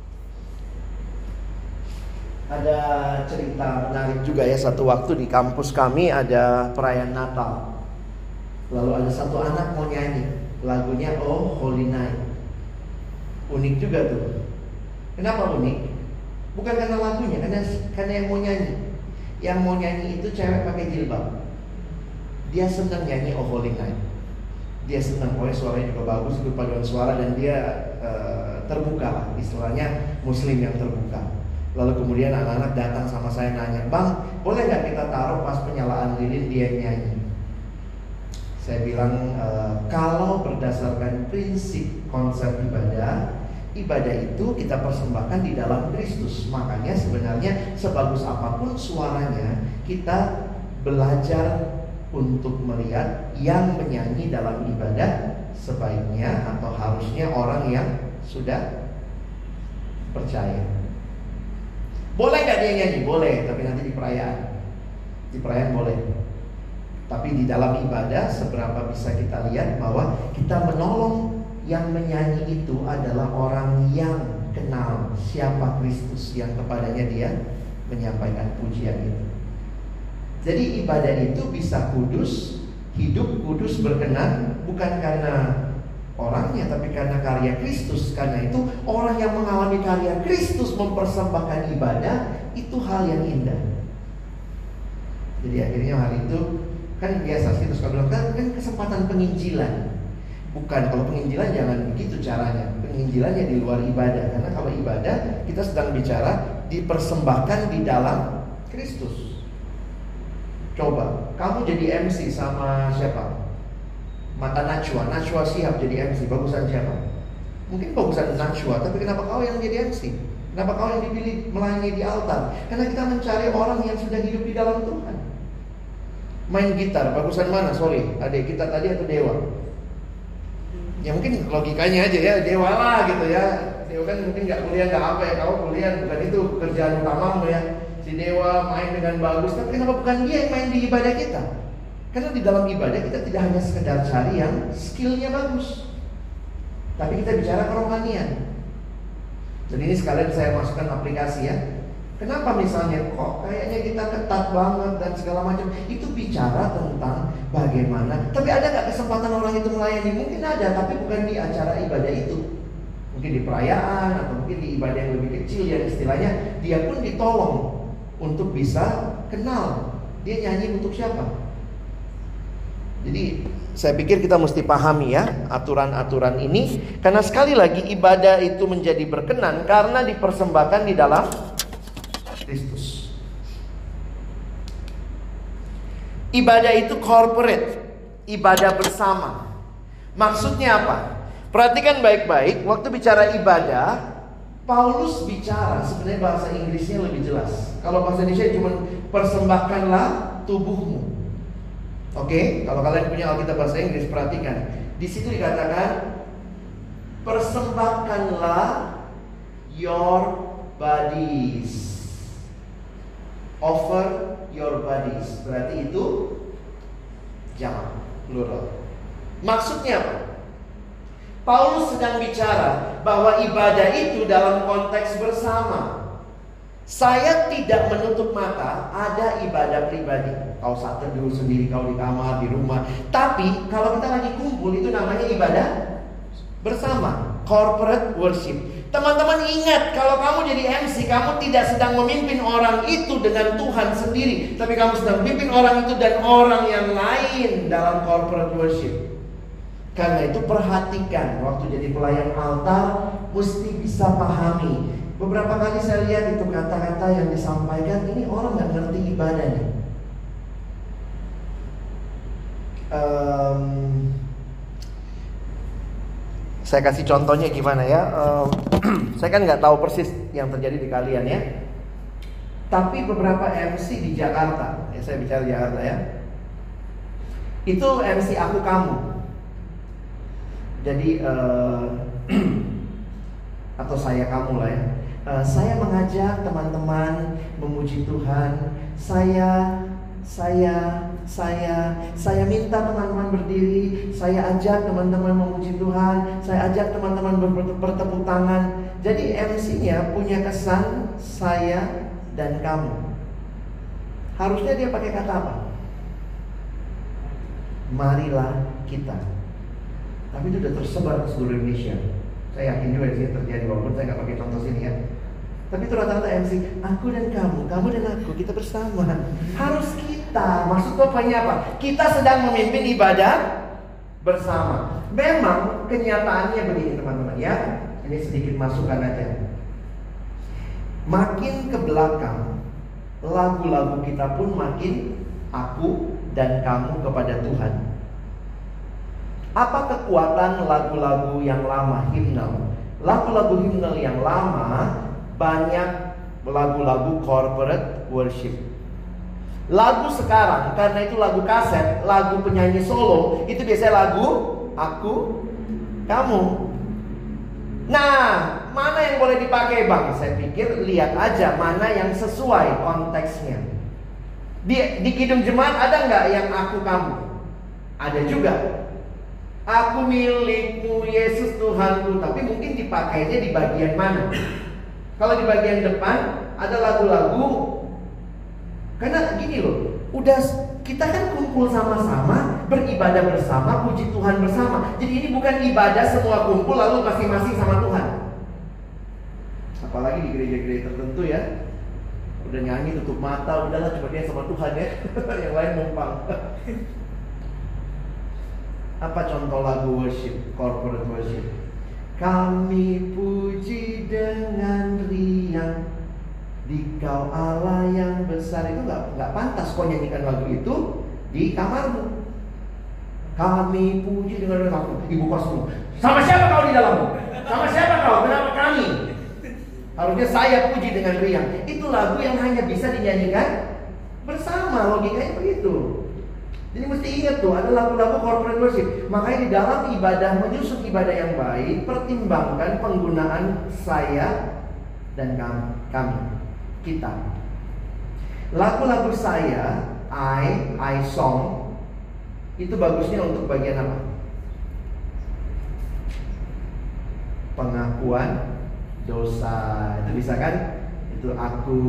Ada cerita menarik juga ya. Satu waktu di kampus kami ada perayaan Natal. Lalu ada satu anak mau nyanyi lagunya Oh Holy Night. Unik juga tuh. Kenapa unik? Bukan karena lagunya, karena karena yang mau nyanyi. Yang mau nyanyi itu cewek pakai jilbab. Dia senang nyanyi Oh Holy Night. Dia senang, pokoknya suaranya juga bagus, itu paduan suara, dan dia uh, terbuka lah, istilahnya Muslim yang terbuka. Lalu kemudian anak-anak datang sama saya nanya, Bang, boleh gak kita taruh pas penyalaan lilin dia nyanyi? Saya bilang, e, kalau berdasarkan prinsip konsep ibadah, ibadah itu kita persembahkan di dalam Kristus. Makanya sebenarnya sebagus apapun suaranya, kita belajar untuk melihat yang menyanyi dalam ibadah sebaiknya atau harusnya orang yang sudah percaya. Boleh gak dia nyanyi? Boleh, tapi nanti di perayaan. Di perayaan boleh. Tapi di dalam ibadah seberapa bisa kita lihat bahwa kita menolong yang menyanyi itu adalah orang yang kenal siapa Kristus yang kepadanya dia menyampaikan pujian itu. Jadi ibadah itu bisa kudus, hidup kudus berkenan, bukan karena orangnya, tapi karena karya Kristus. Karena itu orang yang mengalami karya Kristus mempersembahkan ibadah, itu hal yang indah. Jadi akhirnya hari itu kan biasa sih, terus kalau kan, kan kesempatan penginjilan. Bukan, kalau penginjilan jangan begitu caranya. Penginjilannya di luar ibadah. Karena kalau ibadah kita sedang bicara dipersembahkan di dalam Kristus. Coba, kamu jadi M C sama siapa? Mata Najwa, Najwa Shihab jadi M C, bagusan siapa? Mungkin bagusan Najwa, tapi kenapa kau yang jadi M C? Kenapa kau yang dipilih melayani di altar? Karena kita mencari orang yang sudah hidup di dalam Tuhan. Main gitar, bagusan mana? Sorry, adik kita tadi atau Dewa? Ya mungkin logikanya aja ya, Dewa lah gitu ya. Dewa kan mungkin gak kuliah, gak apa ya, kau kuliah, bukan itu pekerjaan utamamu ya. Si Dewa main dengan bagus, tapi kenapa bukan dia yang main di ibadah kita? Karena di dalam ibadah kita tidak hanya sekedar cari yang skillnya bagus, tapi kita bicara kerohanian. Dan ini sekalian saya masukkan aplikasi ya. Kenapa misalnya kok kayaknya kita ketat banget dan segala macam? Itu bicara tentang bagaimana. Tapi ada gak kesempatan orang itu melayani? Mungkin ada, tapi bukan di acara ibadah itu. Mungkin di perayaan atau mungkin di ibadah yang lebih kecil, yang istilahnya dia pun ditolong untuk bisa kenal dia nyanyi untuk siapa. Jadi saya pikir kita mesti pahami ya aturan-aturan ini. Karena sekali lagi ibadah itu menjadi berkenan karena dipersembahkan di dalam Kristus. Ibadah itu corporate, ibadah bersama. Maksudnya apa? Perhatikan baik-baik, waktu bicara ibadah, Paulus bicara, sebenarnya bahasa Inggrisnya lebih jelas. Kalau bahasa Indonesia cuma persembahkanlah tubuhmu. Oke, kalau kalian punya Alkitab bahasa Inggris, perhatikan. Di situ dikatakan persembahkanlah your bodies. Offer your bodies. Berarti itu jamak, plural. Maksudnya apa? Paulus sedang bicara bahwa ibadah itu dalam konteks bersama. Saya tidak menutup mata ada ibadah pribadi. Kau saat teduh sendiri, kau di kamar, di rumah. Tapi kalau kita lagi kumpul, itu namanya ibadah bersama, corporate worship. Teman-teman ingat, kalau kamu jadi M C, kamu tidak sedang memimpin orang itu dengan Tuhan sendiri, tapi kamu sedang memimpin orang itu dan orang yang lain dalam corporate worship. Karena itu perhatikan, waktu jadi pelayan altar, mesti bisa pahami. Beberapa kali saya lihat itu kata-kata yang disampaikan, ini orang gak ngerti ibadahnya. um, Saya kasih contohnya gimana ya. um, Saya kan gak tahu persis yang terjadi di kalian ya. Tapi beberapa M C di Jakarta, ya saya bicara Jakarta ya, itu M C aku kamu. Jadi uh, atau saya kamu lah ya. Uh, saya mengajak teman-teman memuji Tuhan. Saya, saya, saya, saya minta teman-teman berdiri. Saya ajak teman-teman memuji Tuhan. Saya ajak teman-teman ber- bertepuk tangan. Jadi M C-nya punya kesan saya dan kamu. Harusnya dia pakai kata apa? Marilah kita. Tapi itu sudah tersebar ke seluruh Indonesia. Saya yakin juga sih terjadi, walaupun saya nggak pakai contoh sini ya. Tapi itu rata-rata M C, aku dan kamu, kamu dan aku, kita bersama. Harus kita, maksud poinnya apa? Kita sedang memimpin ibadah bersama. Memang kenyataannya begini teman-teman ya. Ini sedikit masukan aja. Makin ke belakang, lagu-lagu kita pun makin aku dan kamu kepada Tuhan. Apa kekuatan lagu-lagu yang lama, himnal? Lagu-lagu himnal yang lama banyak lagu-lagu corporate worship. Lagu sekarang, karena itu lagu kaset, lagu penyanyi solo, itu biasanya lagu aku, kamu. Nah, mana yang boleh dipakai bang? Saya pikir lihat aja mana yang sesuai konteksnya. Di, di Kidung Jemaat ada nggak yang aku kamu? Ada juga. Aku milikmu Yesus Tuhanku. Tapi mungkin dipakainya di bagian mana? Kalau di bagian depan ada lagu-lagu Karena gini loh, udah kita kan kumpul sama-sama, beribadah bersama, puji Tuhan bersama. Jadi ini bukan ibadah semua kumpul lalu masing-masing sama Tuhan. Apalagi di gereja-gereja tertentu ya, udah nyanyi tutup mata, udahlah cuma dia sama Tuhan ya. Yang lain numpang. Apa contoh lagu worship, corporate worship? Kami puji dengan riang, Dikau Allah yang besar. Itu nggak nggak pantas kau nyanyikan lagu itu di kamarmu. Kami puji dengan riang. Ibu kosmu, sama siapa kau di dalammu? Sama siapa kau? Kenapa kami? Harusnya saya puji dengan riang. Itu lagu yang hanya bisa dinyanyikan bersama. Logikanya begitu. Jadi mesti ingat tuh, ada lagu-lagu corporate worship. Makanya di dalam ibadah, menyusun ibadah yang baik, pertimbangkan penggunaan saya dan kami, kita. Lagu-lagu saya, I, I song, itu bagusnya untuk bagian apa? Pengakuan dosa. Itu bisa kan? Itu aku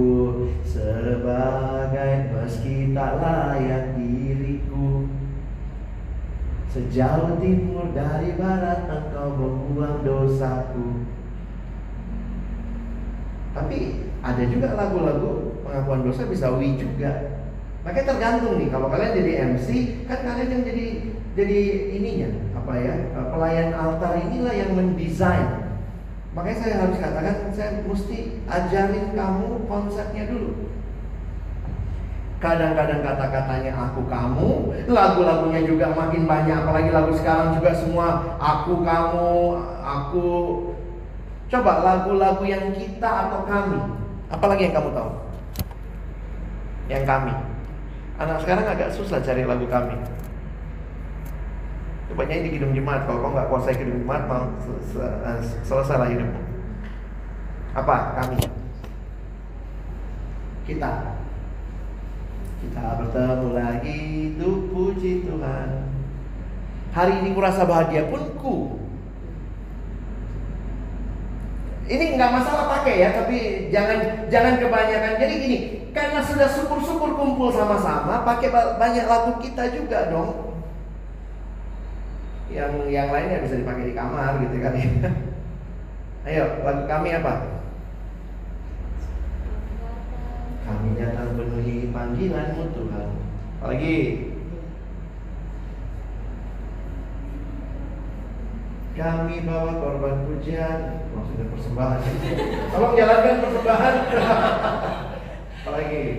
sebagai meski tak layak diriku, sejauh timur dari barat engkau membuang dosaku. Tapi ada juga lagu-lagu pengakuan dosa bisa wi juga. Makanya tergantung nih, kalau kalian jadi M C kan kalian yang jadi jadi ininya apa ya, pelayan altar inilah yang mendesain. Makanya saya harus katakan, saya mesti ajarin kamu konsepnya dulu. Kadang-kadang kata-katanya aku kamu, lagu-lagunya juga makin banyak. Apalagi lagu sekarang juga semua aku kamu, aku. Coba lagu-lagu yang kita atau kami. Apalagi yang kamu tahu? Yang kami. Anak sekarang agak susah cari lagu kami. Banyak di Kidung Jemaat. Kalau kau nggak kuasai Kidung Jemaat, mau selesai lah hidupmu. Apa? Kami. Kita. Kita bertemu lagi, tuh puji Tuhan. Hari ini kurasa bahagia pun ku. Ini nggak masalah pakai ya, tapi jangan jangan kebanyakan. Jadi gini, karena sudah syukur-syukur kumpul sama-sama, pakai banyak lagu kita juga dong. Yang yang lainnya bisa dipakai di kamar gitu kan ya. Ayo, lagu kami apa? Kami datang penuhi panggilan-Mu Tuhan. Apalagi kami bawa korban pujian, maksudnya persembahan. Tolong jalankan persembahan. Apalagi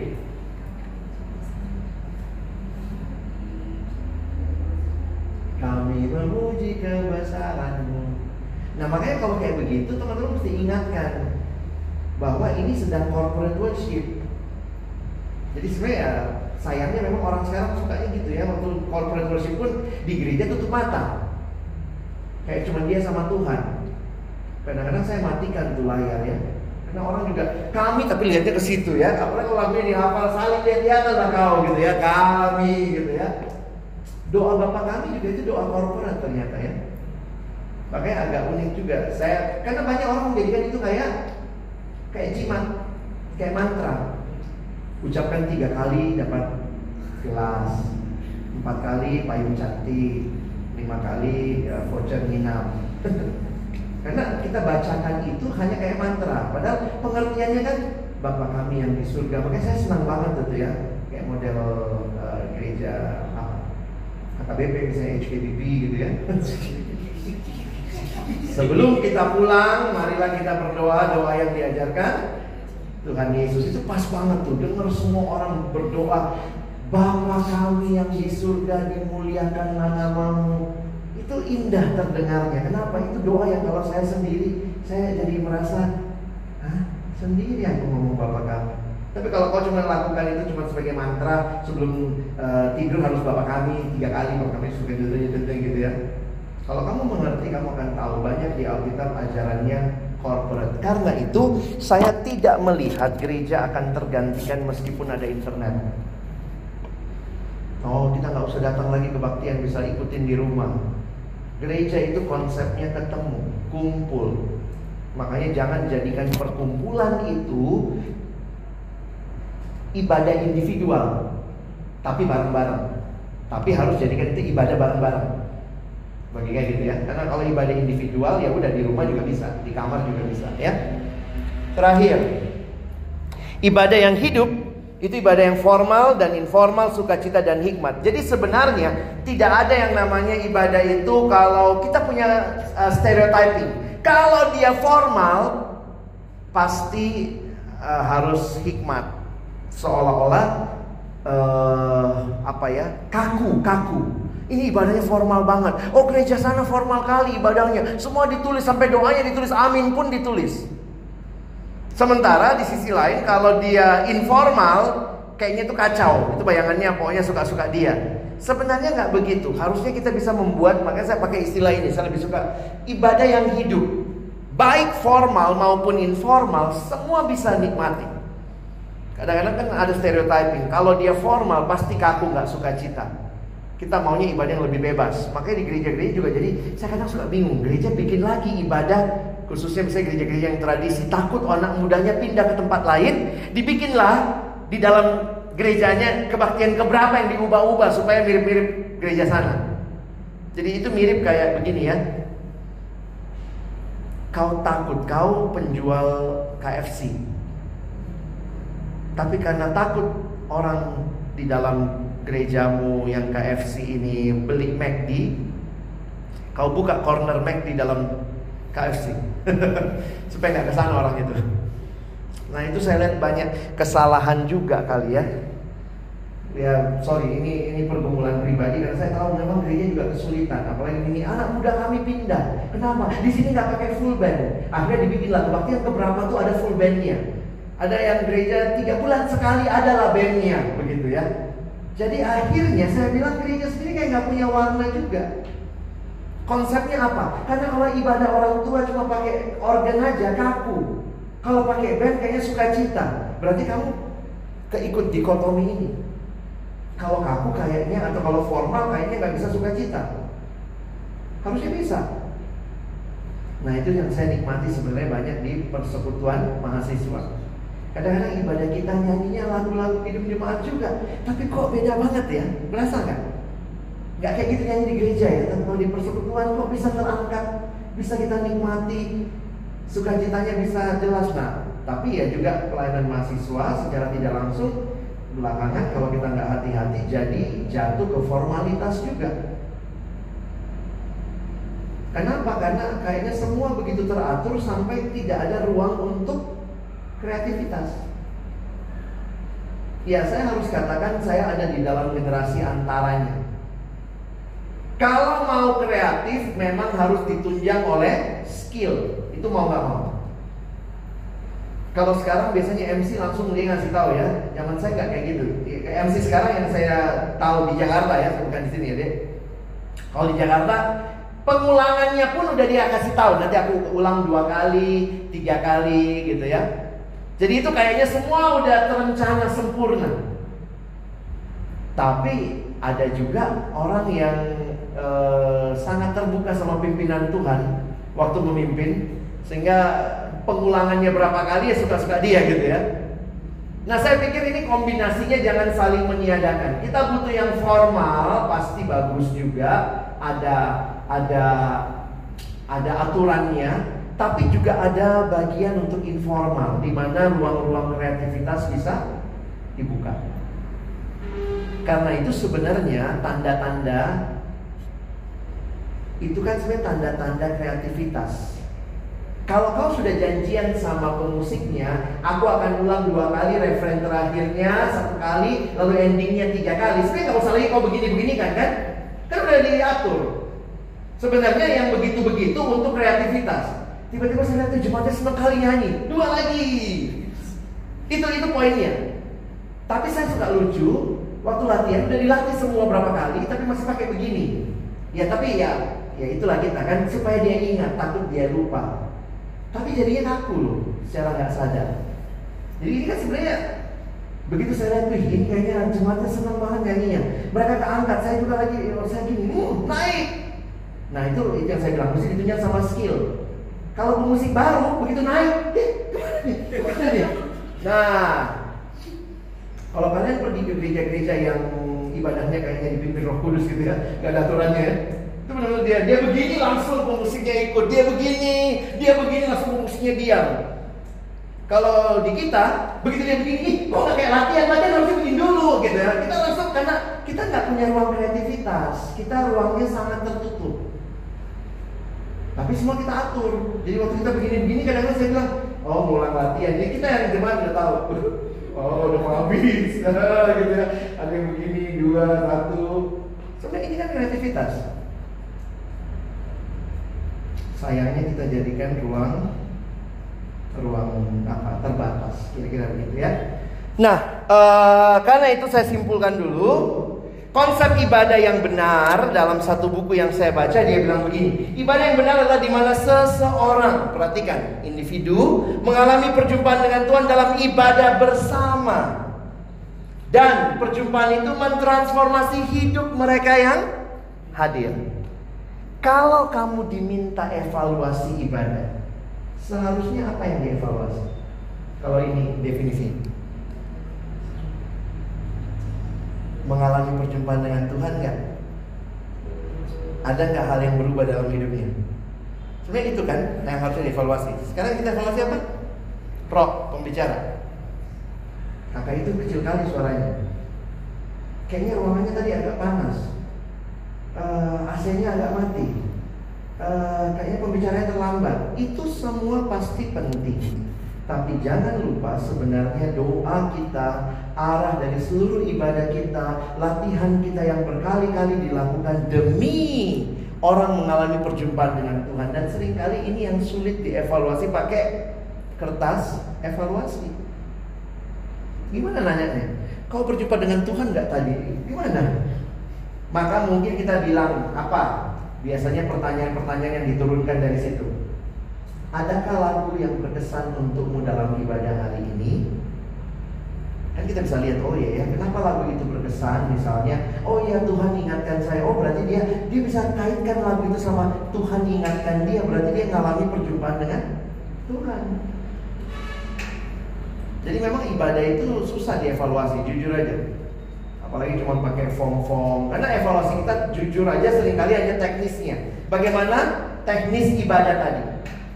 kami memuji kebesaran-Mu. Nah makanya kalau kayak begitu teman-teman mesti ingatkan bahwa ini sedang corporate worship. Jadi sebenarnya ya, sayangnya memang orang sekarang sukanya gitu ya, waktu corporate worship pun di gereja tutup mata, kayak cuma dia sama Tuhan. Kadang-kadang saya matikan tuh layar ya, karena orang juga kami tapi lihatnya ke situ ya. Apalagi kalau lagunya dihafal saling lihat-lihatan lah kau gitu ya, kami gitu ya. Doa Bapak kami juga itu doa korporat ternyata ya. Makanya agak unik juga. Saya karena banyak orang menjadikan itu kayak kayak jimat, kayak mantra. Ucapkan tiga kali dapat gelas, empat kali payung cantik, lima kali ya, voucher nginap. Karena kita bacakan itu hanya kayak mantra. Padahal pengertiannya kan Bapa kami yang di surga. Makanya saya senang banget itu ya, kayak model uh, gereja H K B P misalnya H K B P gitu ya. Sebelum kita pulang, marilah kita berdoa doa yang diajarkan Tuhan Yesus. Itu pas banget tuh, dengar semua orang berdoa, Bapa kami yang di surga, dimuliakan namamu. Itu indah terdengarnya. Kenapa? Itu doa yang kalau saya sendiri, saya jadi merasa, hah? Sendiri aku ngomong Bapa kami. Tapi kalau kau cuma lakukan itu cuma sebagai mantra, sebelum uh, tidur harus Bapa kami tiga kali, Bapa kami suka gitu-gitu gitu ya. Kalau kamu mengerti, kamu akan tahu banyak di Alkitab ajarannya corporate. Karena itu saya tidak melihat gereja akan tergantikan meskipun ada internet. Oh, kita nggak usah datang lagi kebaktian, bisa ikutin di rumah. Gereja itu konsepnya ketemu, kumpul. Makanya jangan jadikan perkumpulan itu ibadah individual, tapi bareng-bareng. Tapi harus jadikan itu ibadah bareng-bareng. Bagi kayak gitu ya. Karena kalau ibadah individual ya udah di rumah juga bisa, di kamar juga bisa ya. Terakhir, ibadah yang hidup itu ibadah yang formal dan informal, sukacita dan hikmat. Jadi sebenarnya tidak ada yang namanya ibadah itu kalau kita punya uh, stereotyping. Kalau dia formal pasti uh, harus hikmat. Seolah-olah uh, apa ya? kaku, kaku. Ini ibadahnya formal banget. Oh, gereja sana formal kali ibadahnya. Semua ditulis, sampai doanya ditulis, amin pun ditulis. Sementara di sisi lain kalau dia informal, kayaknya itu kacau. Itu bayangannya pokoknya suka-suka dia. Sebenarnya nggak begitu. Harusnya kita bisa membuat, makanya saya pakai istilah ini. Saya lebih suka ibadah yang hidup. Baik formal maupun informal, semua bisa nikmati. Kadang-kadang kan ada stereotyping. Kalau dia formal pasti kaku, nggak suka cita. Kita maunya ibadah yang lebih bebas. Makanya di gereja-gereja juga jadi saya kadang suka bingung. Gereja bikin lagi ibadah, khususnya misalnya gereja-gereja yang tradisi, takut anak mudanya pindah ke tempat lain, dibikinlah di dalam gerejanya kebaktian keberapa yang diubah-ubah supaya mirip-mirip gereja sana. Jadi itu mirip kayak begini ya. Kau takut, kau penjual K F C, tapi karena takut orang di dalam gerejamu yang K F C ini beli McD, kau buka corner McD di dalam K F C supaya nggak kesana orang itu. Nah itu saya lihat banyak kesalahan juga kali ya. Ya sorry, ini ini pergumulan pribadi karena saya tahu memang gereja juga kesulitan. Apalagi ini anak muda kami pindah. Kenapa? Di sini nggak pakai full band. Akhirnya dibikinlah kebaktian keberapa tuh ada full bandnya. Ada yang gereja tiga bulan sekali adalah bandnya, begitu ya. Jadi akhirnya saya bilang gereja sendiri kayak nggak punya warna juga. Konsepnya apa? Karena kalau ibadah orang tua cuma pakai organ aja kaku. Kalau pakai band kayaknya sukacita. Berarti kamu keikut dikotomi ini. Kalau kaku kayaknya atau kalau formal kayaknya nggak bisa sukacita. Harusnya bisa. Nah itu yang saya nikmati sebenarnya banyak di persekutuan mahasiswa. Kadang-kadang ibadah kita nyanyinya lagu-lagu hidup jemaat juga, tapi kok beda banget ya? Berasa nggak? Nggak kayak gitu nyanyi di gereja ya. Tapi kalau di persekutuan kok bisa terangkat, bisa kita nikmati, sukacitanya bisa jelas. Nah, tapi ya juga pelayanan mahasiswa secara tidak langsung belakangan kalau kita nggak hati-hati jadi jatuh ke formalitas juga. Kenapa? Karena kayaknya semua begitu teratur sampai tidak ada ruang untuk kreativitas. Ya saya harus katakan saya ada di dalam generasi antaranya. Kalau mau kreatif memang harus ditunjang oleh skill. Itu mau gak mau. Kalau sekarang biasanya M C langsung dia ngasih tahu ya. Zaman saya nggak kayak gitu. M C sekarang yang saya tahu di Jakarta ya, bukan di sini ya deh. Kalau di Jakarta pengulangannya pun udah dia kasih tahu. Nanti aku ulang dua kali, tiga kali gitu ya. Jadi itu kayaknya semua udah terencana sempurna. Tapi ada juga orang yang eh, sangat terbuka sama pimpinan Tuhan waktu memimpin, sehingga pengulangannya berapa kali ya suka-suka dia gitu ya. Nah saya pikir ini kombinasinya jangan saling meniadakan. Kita butuh yang formal, pasti bagus juga, ada ada ada aturannya, tapi juga ada bagian untuk informal di mana ruang-ruang kreativitas bisa dibuka. Karena itu sebenarnya tanda-tanda itu kan sebenarnya tanda-tanda kreativitas. Kalau kau sudah janjian sama pemusiknya, aku akan ulang dua kali, referen terakhirnya satu kali, lalu endingnya tiga kali. Sebenarnya nggak usah lagi kau begini-begini kan kan? Kan udah diatur. Sebenarnya yang begitu-begitu untuk kreativitas. Tiba-tiba saya lihat tuh jemaatnya senang kali nyanyi, dua lagi. Itu itu poinnya. Tapi saya suka lucu, waktu latihan udah dilatih semua berapa kali, tapi masih pakai begini. Ya tapi ya, ya itulah kita kan supaya dia ingat, takut dia lupa. Tapi jadinya kaku loh, secara nggak sadar. Jadi ini kan sebenarnya begitu saya lihat tuh, ini kayaknya jemaatnya senang banget nyanyinya. Mereka keangkat, saya juga lagi, saya gini, uh, naik. Nah itu, itu yang saya bilang, mesti ditunjang sama skill. Kalau pemusik baru begitu naik, eh, kemana nih? Kemana nih? Nah, Kalau kalian pergi ke gereja-gereja yang ibadahnya kayaknya dipimpin Roh Kudus gitu ya, gak ada aturannya ya, itu benar-benar dia dia begini langsung pemusiknya ikut, dia begini, dia begini langsung pemusiknya diam. Kalau di kita, begitu dia begini, kok nggak kayak latihan, latihan harusnya begini dulu gitu ya. Kita langsung, karena kita nggak punya ruang kreativitas, kita ruangnya sangat tertutup. Tapi semua kita atur. Jadi waktu kita begini-begini, kadang-kadang saya bilang, oh ngulang latihan. Jadi kita yang jemaat udah tahu. Oh udah mau habis, gitu ya. Ada yang begini, dua, satu. Sebenarnya ini kan kreativitas. Sayangnya kita jadikan ruang ruang apa terbatas, kira-kira begitu ya. Nah, uh, karena itu saya simpulkan dulu konsep ibadah yang benar. Dalam satu buku yang saya baca, dia bilang begini: ibadah yang benar adalah di mana seseorang, perhatikan, individu mengalami perjumpaan dengan Tuhan dalam ibadah bersama, dan perjumpaan itu mentransformasi hidup mereka yang hadir. Kalau kamu diminta evaluasi ibadah, seharusnya apa yang dievaluasi? Kalau ini definisi, mengalami perjumpaan dengan Tuhan nggak? Ada nggak hal yang berubah dalam hidupnya? Sebenarnya itu kan yang harusnya dievaluasi. Sekarang kita evaluasi apa? Roh pembicara. Kakak itu kecil kali suaranya. Kayaknya ruangannya tadi agak panas. Uh, A C-nya agak mati. Uh, kayaknya pembicaranya terlambat. Itu semua pasti penting. Tapi jangan lupa sebenarnya doa kita, arah dari seluruh ibadah kita, latihan kita yang berkali-kali dilakukan demi orang mengalami perjumpaan dengan Tuhan. Dan seringkali ini yang sulit dievaluasi pakai kertas evaluasi. Gimana nanyanya? Kau berjumpa dengan Tuhan gak tadi? Gimana? Maka mungkin kita bilang apa? Biasanya pertanyaan-pertanyaan yang diturunkan dari situ. Adakah lagu yang berkesan untukmu dalam ibadah hari ini? Kan kita bisa lihat, oh iya ya, kenapa lagu itu berkesan? Misalnya, oh iya Tuhan ingatkan saya. Oh berarti dia dia bisa kaitkan lagu itu sama Tuhan ingatkan dia. Berarti dia ngalami perjumpaan dengan Tuhan. Jadi memang ibadah itu susah dievaluasi, jujur aja. Apalagi cuma pakai form-form. Karena evaluasi kita jujur aja seringkali hanya teknisnya. Bagaimana teknis ibadah tadi?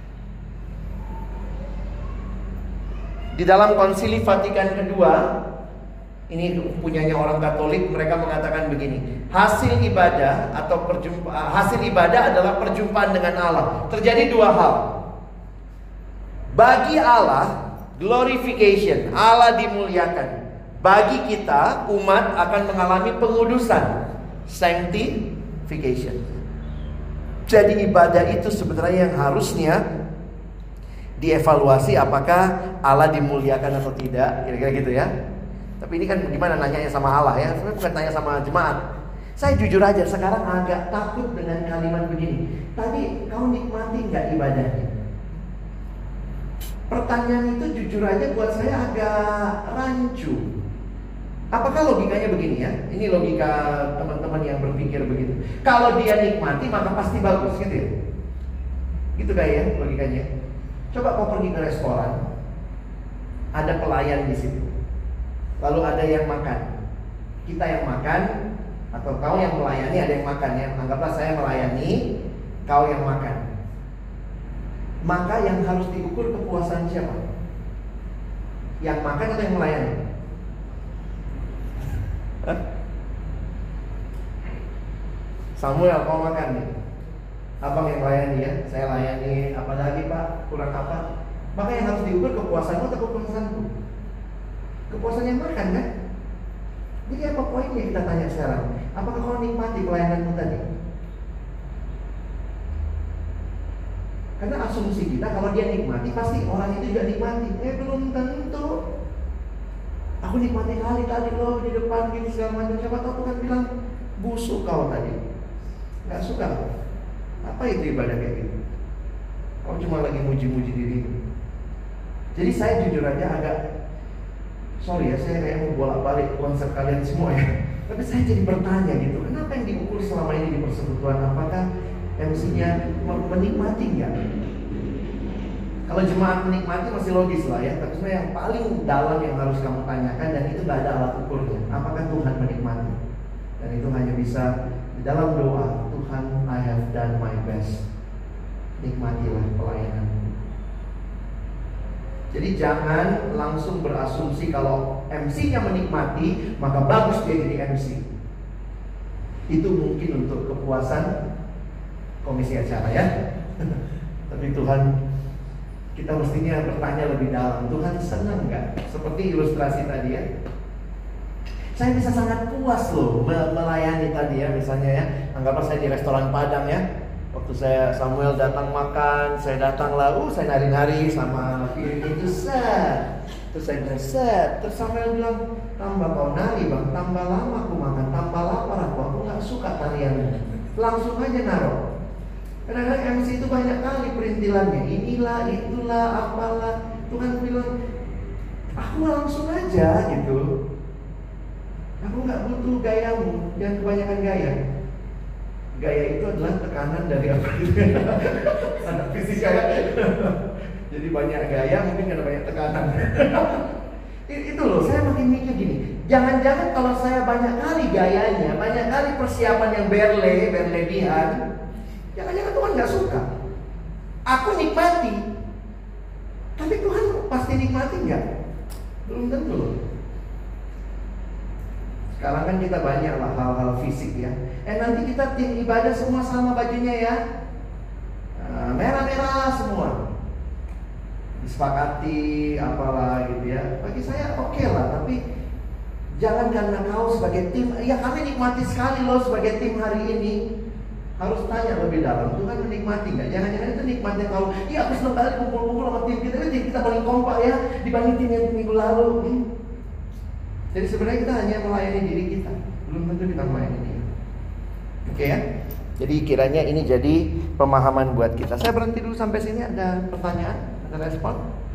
Di dalam Konsili Vatikan kedua, ini punyanya orang Katolik, mereka mengatakan begini: hasil ibadah atau perjumpa, hasil ibadah adalah perjumpaan dengan Allah. Terjadi dua hal. Bagi Allah, glorification, Allah dimuliakan. Bagi kita, umat akan mengalami pengudusan, sanctification. Jadi ibadah itu sebenarnya yang harusnya dievaluasi, apakah Allah dimuliakan atau tidak, kira-kira gitu ya. Tapi ini kan gimana nanyanya sama Allah ya, sebenarnya bukan tanya sama jemaat. Saya jujur aja sekarang agak takut dengan kalimat begini: tadi kau nikmati nggak ibadahnya? Pertanyaan itu jujur aja buat saya agak rancu. Apakah logikanya begini ya? Ini logika teman-teman yang berpikir begitu. Kalau dia nikmati maka pasti bagus gitu ya. Gitu kayak ya logikanya. Coba kau pergi ke restoran, ada pelayan di situ. Lalu ada yang makan. Kita yang makan atau kau yang melayani, ada yang makan ya. Anggaplah saya melayani, kau yang makan. Maka yang harus diukur kepuasan siapa? Yang makan atau yang melayani? Samuel, kau makan nih. Abang yang layani ya, saya layani. Apa lagi pak? Kurang apa? Maka yang harus diukur kepuasanmu atau kepuasanku? Kepuasan yang makan kan? Jadi apa poinnya kita tanya sekarang? Apakah kau nikmati pelayananmu tadi? Karena asumsi kita kalau dia nikmati pasti orang itu juga nikmati. Eh belum tentu. Aku nikmati kali tadi loh di depan gini segala macam. Siapa tahu Tuhan bilang busuk kau tadi. Gak suka. Apa itu ibadah kayak gitu? Kau cuma lagi muji-muji diri. Jadi saya jujur aja agak sorry ya, saya kayak mau bolak-balik konsep kalian semua ya. Tapi saya jadi bertanya gitu, kenapa yang diukur selama ini di persekutuan? Apakah M C-nya menikmati nggak? Kalau jemaat menikmati masih logis lah ya. Tapi sebenarnya yang paling dalam yang harus kamu tanyakan, dan itu gak ada alat ukurnya, apakah Tuhan menikmati? Dan itu hanya bisa di dalam doa, Tuhan, I have done my best. Nikmatilah pelayananmu. Jadi jangan langsung berasumsi kalau M C-nya menikmati, maka bagus dia jadi M C. Itu mungkin untuk kepuasan komisi acara ya. Tapi Tuhan, kita mestinya bertanya lebih dalam, Tuhan senang nggak? Seperti ilustrasi tadi ya. Saya bisa sangat puas loh melayani tadi ya, misalnya ya. Anggaplah saya di restoran Padang ya. Waktu saya Samuel datang makan, saya datang lah, uh saya nari-nari sama piring itu set. Terus saya bilang set. Terus Samuel bilang, tambah kau nari bang, tambah lama aku makan, tambah lapar aku, aku nggak suka tarianmu. Langsung aja naruh. Kadang-kadang M C itu banyak kali perintilannya, inilah, itulah, apalah. Tuhan bilang, aku langsung aja gitu. Aku nggak butuh gayamu, jangan kebanyakan gaya. Gaya itu adalah tekanan dari apa itu? Anak fisika ya. Jadi banyak gaya mungkin karena banyak tekanan. Itu loh, saya makin mikir gini. Jangan-jangan kalau saya banyak kali gayanya, banyak kali persiapan yang berle, berlebihan, jangan-jangan Tuhan nggak suka. Aku nikmati, tapi Tuhan pasti nikmati nggak? Belum tentu. Sekarang kan kita banyak lah hal-hal fisik ya. Eh nanti kita tim ibadah semua sama bajunya ya, nah, merah-merah semua. Disepakati apalah gitu ya. Bagi saya oke okay lah, tapi jangan karena kau sebagai tim, ya kami nikmati sekali loh sebagai tim hari ini. Harus tanya lebih dalam, Tuhan menikmati nggak? Jangan-jangan itu nikmatnya kau, iya aku senang kali kumpul-kumpul sama tim kita, tim kita paling kompak ya dibanding tim yang minggu lalu. Hmm? Jadi sebenarnya kita hanya melayani diri kita, belum tentu kita melayani dia. Oke okay, ya? Jadi kiranya ini jadi pemahaman buat kita. Saya berhenti dulu sampai sini. Ada pertanyaan? Ada respon?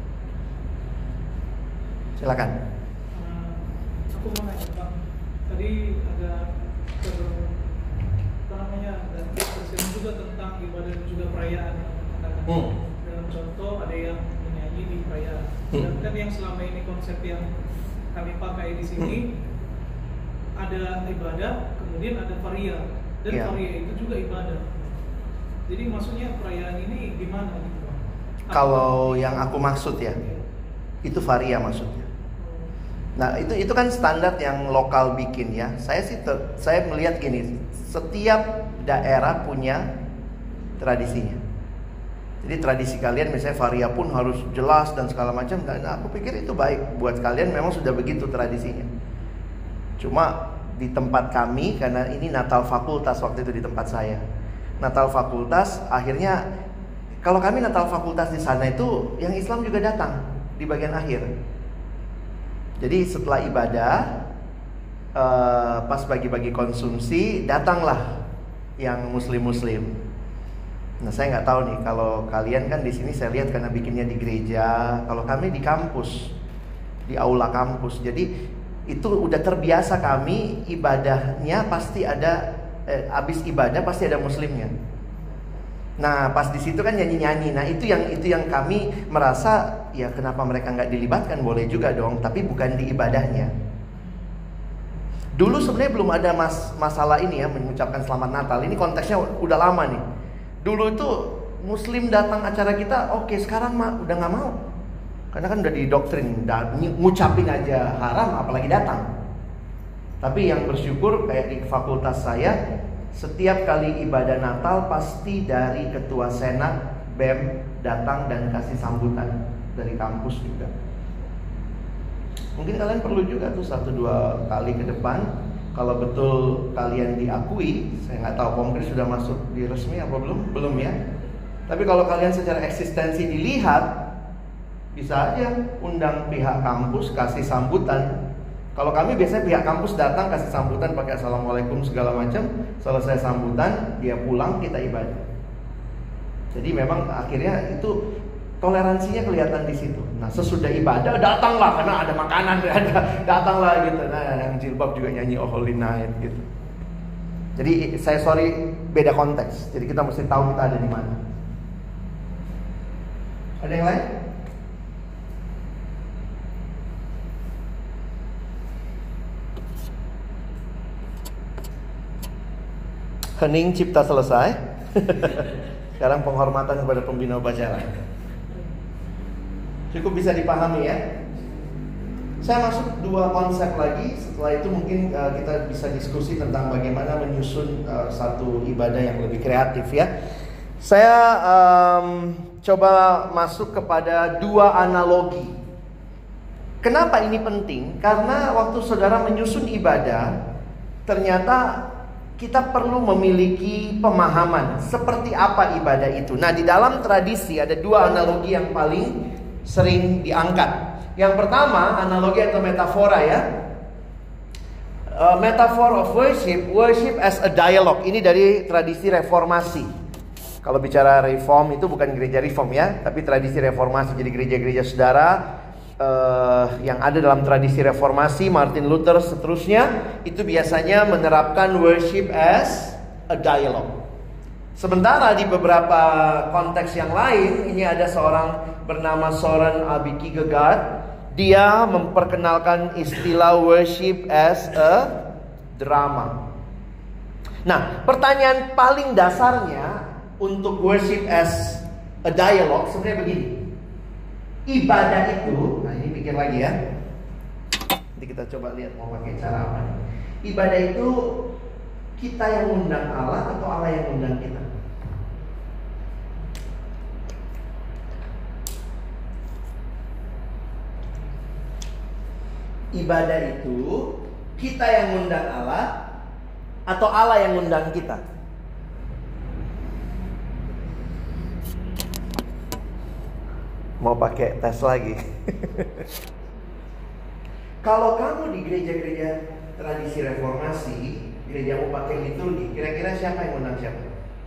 Silakan. Uh, aku mau nanya Bang, tadi ada ter, apa namanya, dan tersebut juga tentang ibadah dan juga perayaan. Hmm. Dalam contoh ada yang menyanyi di perayaan. Sedangkan yang selama ini konsep yang kami pakai di sini hmm. ada ibadah, kemudian ada varia, dan yeah. varia itu juga ibadah. Jadi maksudnya perayaan ini gimana gitu? Kalau yang aku maksud ya, itu varia maksudnya. Nah itu itu kan standar yang lokal bikin ya. Saya sih ter, saya melihat gini, setiap daerah punya tradisinya. Jadi tradisi kalian misalnya varia pun harus jelas dan segala macam. Dan aku pikir itu baik buat kalian, memang sudah begitu tradisinya. Cuma di tempat kami, karena ini Natal Fakultas waktu itu di tempat saya. Natal Fakultas akhirnya, kalau kami Natal Fakultas di sana itu yang Islam juga datang di bagian akhir. Jadi setelah ibadah, uh, pas bagi-bagi konsumsi, datanglah yang muslim-muslim. Nah saya nggak tahu nih kalau kalian kan di sini saya lihat karena bikinnya di gereja, kalau kami di kampus, di aula kampus. Jadi itu udah terbiasa kami ibadahnya pasti ada, eh, abis ibadah pasti ada muslimnya. Nah pas di situ kan nyanyi-nyanyi. Nah itu yang itu yang kami merasa ya kenapa mereka nggak dilibatkan, boleh juga dong, tapi bukan di ibadahnya. Dulu sebenarnya belum ada mas, masalah ini ya mengucapkan selamat Natal. Ini konteksnya udah lama nih. Dulu itu muslim datang acara kita, oke, sekarang mah udah nggak mau. Karena kan udah didoktrin, udah ngucapin aja haram, apalagi datang. Tapi yang bersyukur kayak di fakultas saya, setiap kali ibadah Natal pasti dari ketua senat, B E M datang dan kasih sambutan dari kampus juga. Mungkin kalian perlu juga tuh satu dua kali ke depan. Kalau betul kalian diakui, saya nggak tahu Kongres sudah masuk di resmi apa belum, belum ya. Tapi kalau kalian secara eksistensi dilihat, bisa aja undang pihak kampus kasih sambutan. Kalau kami biasanya pihak kampus datang kasih sambutan pakai assalamualaikum segala macam, selesai sambutan dia pulang, kita ibadah. Jadi memang akhirnya itu toleransinya kelihatan di situ. Nah sesudah ibadah datanglah karena ada makanan, ada datanglah gitu. Nah yang jilbab juga nyanyi Oh Holy Night gitu. Jadi saya sorry beda konteks. Jadi kita mesti tahu kita ada di mana. Ada yang lain? Hening cipta selesai. Sekarang penghormatan kepada pembina upacara. Cukup bisa dipahami ya. Saya masuk dua konsep lagi. Setelah itu mungkin uh, kita bisa diskusi tentang bagaimana menyusun uh, satu ibadah yang lebih kreatif ya. Saya um, coba masuk kepada dua analogi. Kenapa ini penting? Karena waktu saudara menyusun ibadah, ternyata kita perlu memiliki pemahaman seperti apa ibadah itu. Nah, di dalam tradisi ada dua analogi yang paling sering diangkat. Yang pertama, analogi atau metafora ya. Uh, metaphor of worship, worship as a dialogue. Ini dari tradisi reformasi. Kalau bicara reform itu bukan gereja reform ya, tapi tradisi reformasi. Jadi gereja-gereja saudara Uh, yang ada dalam tradisi reformasi, Martin Luther seterusnya, itu biasanya menerapkan worship as a dialogue. Sementara di beberapa konteks yang lain, ini ada seorang bernama Soren Abbe Kierkegaard. Dia memperkenalkan istilah worship as a drama. Nah, pertanyaan paling dasarnya untuk worship as a dialogue sebenarnya begini. Ibadah itu, nah ini pikir lagi ya. Nanti kita coba lihat mau pakai cara apa. Ibadah itu kita yang undang Allah atau Allah yang undang kita? Ibadah itu kita yang undang Allah atau Allah yang undang kita? Mau pakai tes lagi. Kalau kamu di gereja-gereja tradisi reformasi, gereja mau pakai liturgi, kira-kira siapa yang undang siapa?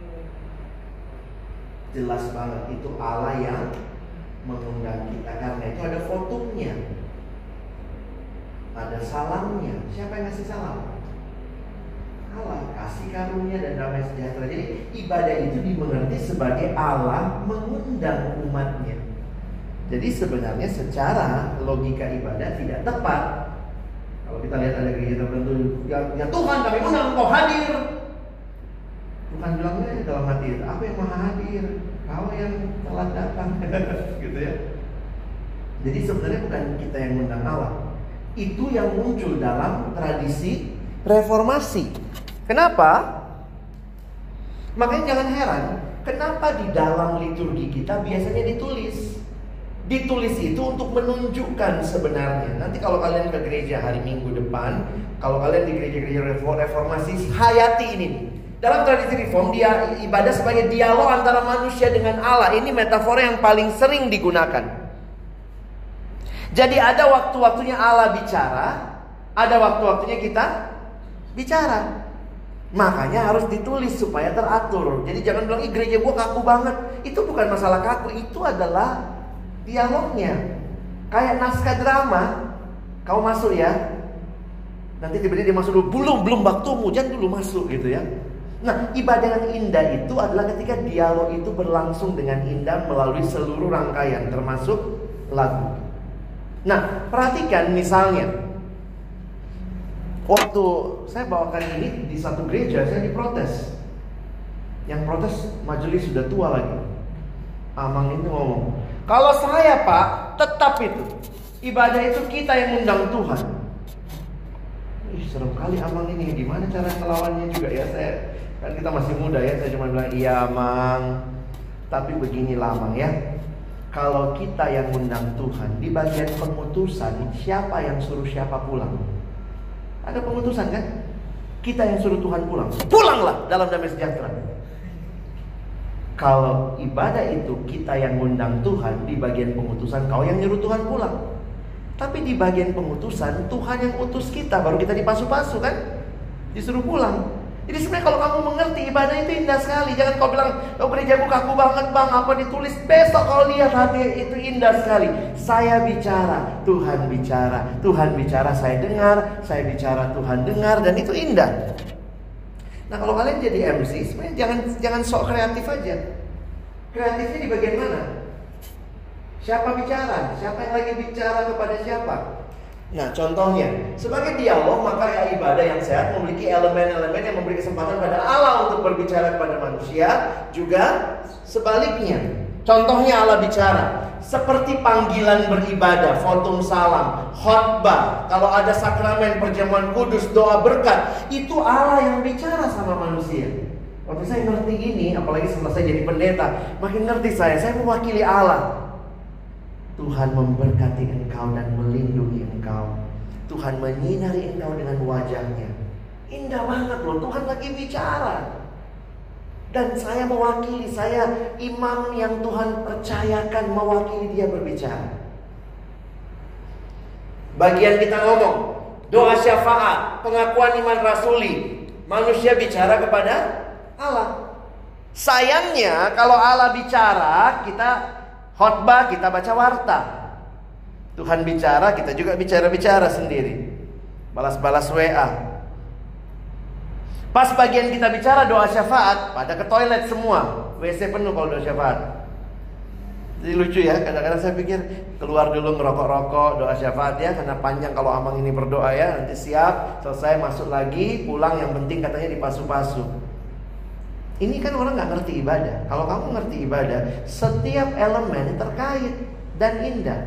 Jelas banget itu Allah yang mengundang kita, karena itu ada fotonya, ada salamnya. Siapa yang ngasih salam? Allah, kasih karunia dan damai sejahtera. Jadi ibadah itu dimengerti sebagai Allah mengundang umatnya. Jadi sebenarnya secara logika ibadah tidak tepat. Kalau kita lihat ada gereja tertentu, ya, ya Tuhan kami undang Engkau hadir. Tuhan bilangnya dalam hati, apa yang maha hadir? Kau yang telah datang. Gitu ya. Jadi sebenarnya bukan kita yang undang Allah. Itu yang muncul dalam tradisi reformasi. Kenapa? Makanya jangan heran, kenapa di dalam liturgi kita biasanya ditulis. Ditulis itu untuk menunjukkan sebenarnya. Nanti kalau kalian ke gereja hari Minggu depan, kalau kalian di gereja-gereja reformasi, hayati ini. Dalam tradisi reform, dia ibadah sebagai dialog antara manusia dengan Allah. Ini metafora yang paling sering digunakan. Jadi ada waktu-waktunya Allah bicara, ada waktu-waktunya kita bicara. Makanya harus ditulis supaya teratur. Jadi jangan bilang, ih gereja gua kaku banget. Itu bukan masalah kaku, itu adalah dialognya. Kayak naskah drama. Kau masuk ya, nanti tiba-tiba dia masuk dulu. Belum, belum waktumu, jangan dulu masuk gitu ya. Nah, ibadah yang indah itu adalah ketika dialog itu berlangsung dengan indah melalui seluruh rangkaian, termasuk lagu. Nah, perhatikan misalnya, waktu saya bawakan ini di satu gereja, saya diprotes. Yang protes majelis sudah tua lagi. Amang itu ngomong, kalau saya Pak, tetap itu ibadah itu kita yang undang Tuhan. Ih, serem kali Amang ini. Gimana cara ngelawannya juga ya? Saya kan kita masih muda ya. Saya cuma bilang iya Amang. Tapi beginilah Amang ya. Kalau kita yang undang Tuhan, di bagian pengutusan, siapa yang suruh siapa pulang? Ada pengutusan kan? Kita yang suruh Tuhan pulang. Pulanglah dalam damai sejahtera. Kalau ibadah itu kita yang ngundang Tuhan, di bagian pengutusan kau yang nyuruh Tuhan pulang. Tapi di bagian pengutusan Tuhan yang utus kita, baru kita dipasu-pasu kan, disuruh pulang. Jadi sebenarnya kalau kamu mengerti ibadah itu indah sekali. Jangan kau bilang, oh gerejaku kaku banget bang, apa ditulis. Besok kau lihat hati itu indah sekali. Saya bicara, Tuhan bicara, Tuhan bicara, saya dengar, saya bicara, Tuhan dengar, dan itu indah. Nah kalau kalian jadi M C, sebenarnya jangan jangan sok kreatif aja. Kreatifnya di bagian mana? Siapa bicara? Siapa yang lagi bicara kepada siapa? Nah, contohnya, sebagai dialog, maka ya ibadah yang sehat memiliki elemen-elemen yang memberi kesempatan pada Allah untuk berbicara kepada manusia, juga sebaliknya. Contohnya Allah bicara seperti panggilan beribadah, fotum salam, khotbah, kalau ada sakramen perjamuan kudus, doa berkat, itu Allah yang bicara sama manusia. Waktu saya ngerti ini, apalagi setelah saya jadi pendeta, makin ngerti saya, saya mewakili Allah. Tuhan memberkati engkau dan melindungi engkau. Tuhan menyinari engkau dengan wajahnya. Indah banget loh, Tuhan lagi bicara. Dan saya mewakili, saya imam yang Tuhan percayakan mewakili dia berbicara. Bagian kita ngomong, doa syafaat, pengakuan iman rasuli, manusia bicara kepada Allah. Sayangnya kalau Allah bicara, kita khotbah, kita baca warta. Tuhan bicara, kita juga bicara-bicara sendiri, balas-balas W A. Pas bagian kita bicara doa syafaat, pada ke toilet semua, W C penuh kalau doa syafaat. Jadi lucu ya, kadang-kadang saya pikir keluar dulu ngerokok-rokok doa syafaat ya, karena panjang kalau Amang ini berdoa ya. Nanti siap, selesai masuk lagi, pulang, yang penting katanya dipasu-pasu. Ini kan orang gak ngerti ibadah. Kalau kamu ngerti ibadah, setiap elemen terkait dan indah.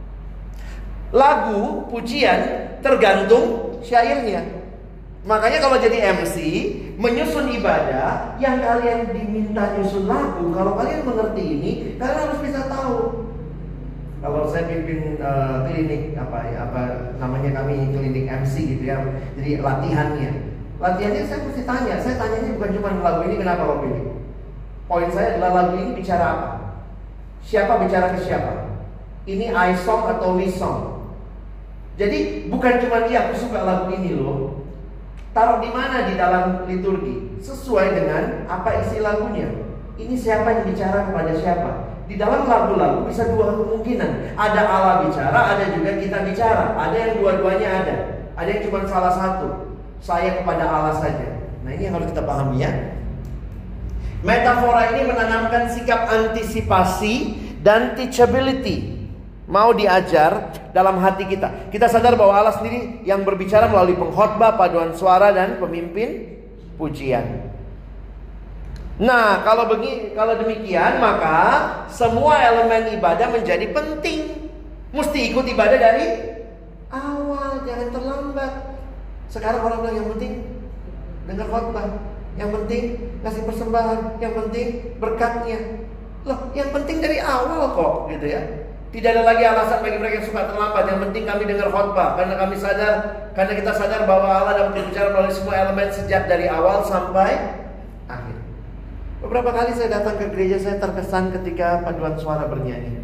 Lagu, pujian tergantung syairnya. Makanya kalau jadi M C, menyusun ibadah, yang kalian diminta nyusun lagu, kalau kalian mengerti ini, kalian harus bisa tahu. Kalau saya pimpin uh, klinik apa ya, apa namanya, kami klinik M C gitu ya. Jadi latihannya. Latihannya saya mesti tanya. Saya tanyanya bukan cuma lagu ini kenapa kau pilih. Poin saya adalah lagu ini bicara apa? Siapa bicara ke siapa? Ini I song atau we song? Jadi bukan cuma dia aku suka lagu ini loh. Taruh di mana di dalam liturgi sesuai dengan apa isi lagunya. Ini siapa yang bicara kepada siapa? Di dalam lagu-lagu bisa dua kemungkinan. Ada Allah bicara, ada juga kita bicara. Ada yang dua-duanya ada. Ada yang cuma salah satu. Saya kepada Allah saja. Nah, ini yang harus kita pahami ya. Metafora ini menanamkan sikap antisipasi dan teachability. Mau diajar dalam hati kita. Kita sadar bahwa Allah sendiri yang berbicara melalui pengkhotbah, paduan suara, dan pemimpin pujian. Nah, kalau begini, kalau demikian, maka semua elemen ibadah menjadi penting. Mesti ikut ibadah dari awal, jangan terlambat. Sekarang orang bilang yang penting dengar khotbah, yang penting ngasih persembahan, yang penting berkatnya. Loh, yang penting dari awal kok, gitu ya. Tidak ada lagi alasan bagi mereka yang suka terlambat. Yang penting kami dengar khotbah, karena kami sadar, karena kita sadar bahwa Allah dapat berbicara melalui semua elemen sejak dari awal sampai akhir. Beberapa kali saya datang ke gereja, saya terkesan ketika paduan suara bernyanyi.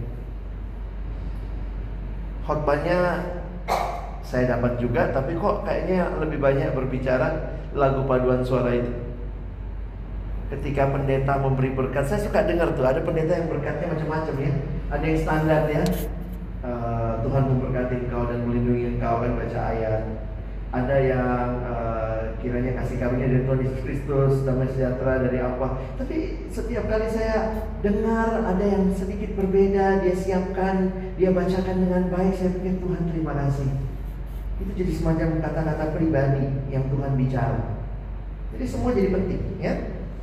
Khotbahnya saya dapat juga, tapi kok kayaknya lebih banyak berbicara lagu paduan suara itu. Ketika pendeta memberi berkat, saya suka dengar tuh, ada pendeta yang berkatnya macam-macam ya. Ada yang standar ya, uh, Tuhan memberkati engkau dan melindungi engkau, kan baca ayat. Ada yang uh, kiranya kasih karunia dari Tuhan Yesus Kristus, damai sejahtera dari apa. Tapi setiap kali saya dengar ada yang sedikit berbeda, dia siapkan, dia bacakan dengan baik, saya pikir Tuhan terima kasih. Itu jadi semacam kata-kata pribadi yang Tuhan bicara. Jadi semua jadi penting ya.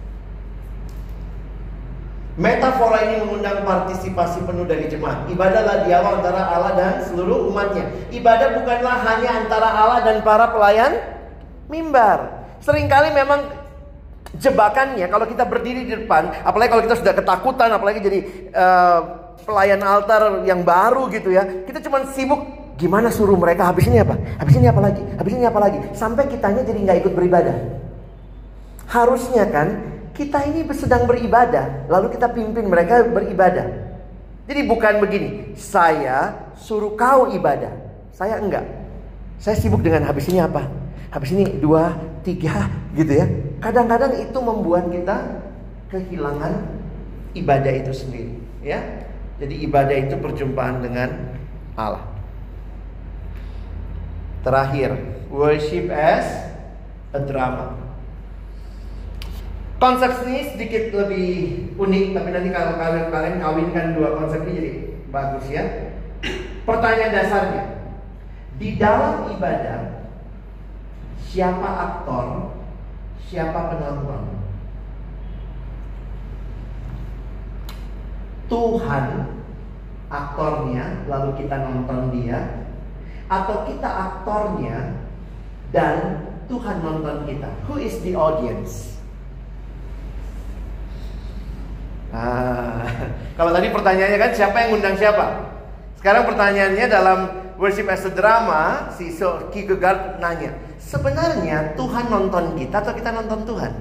Metafora ini mengundang partisipasi penuh dari jemaat. Ibadahlah dialog antara Allah dan seluruh umatnya. Ibadah bukanlah hanya antara Allah dan para pelayan mimbar. Seringkali memang jebakannya kalau kita berdiri di depan, apalagi kalau kita sudah ketakutan, apalagi jadi uh, pelayan altar yang baru gitu ya, kita cuma sibuk gimana suruh mereka habis ini apa, habis ini apa lagi, habis ini apa lagi, sampai kitanya jadi nggak ikut beribadah. Harusnya kan kita ini sedang beribadah, lalu kita pimpin mereka beribadah. Jadi bukan begini, saya suruh kau ibadah, saya enggak. Saya sibuk dengan habis ini apa, habis ini dua, tiga gitu ya. Kadang-kadang itu membuat kita kehilangan ibadah itu sendiri ya. Jadi ibadah itu perjumpaan dengan Allah. Terakhir, worship as a drama. Konsep ini sedikit lebih unik, tapi nanti kalau kalian kalian kawinkan dua konsep ini jadi Bagus ya. Pertanyaan dasarnya, di dalam ibadah, siapa aktor, siapa penonton? Tuhan aktornya, lalu kita nonton dia, atau kita aktornya dan Tuhan nonton kita? Who is the audience? Ah, kalau tadi pertanyaannya kan siapa yang ngundang siapa? Sekarang pertanyaannya dalam Worship as a Drama, si Kierkegaard nanya, sebenarnya Tuhan nonton kita atau kita nonton Tuhan?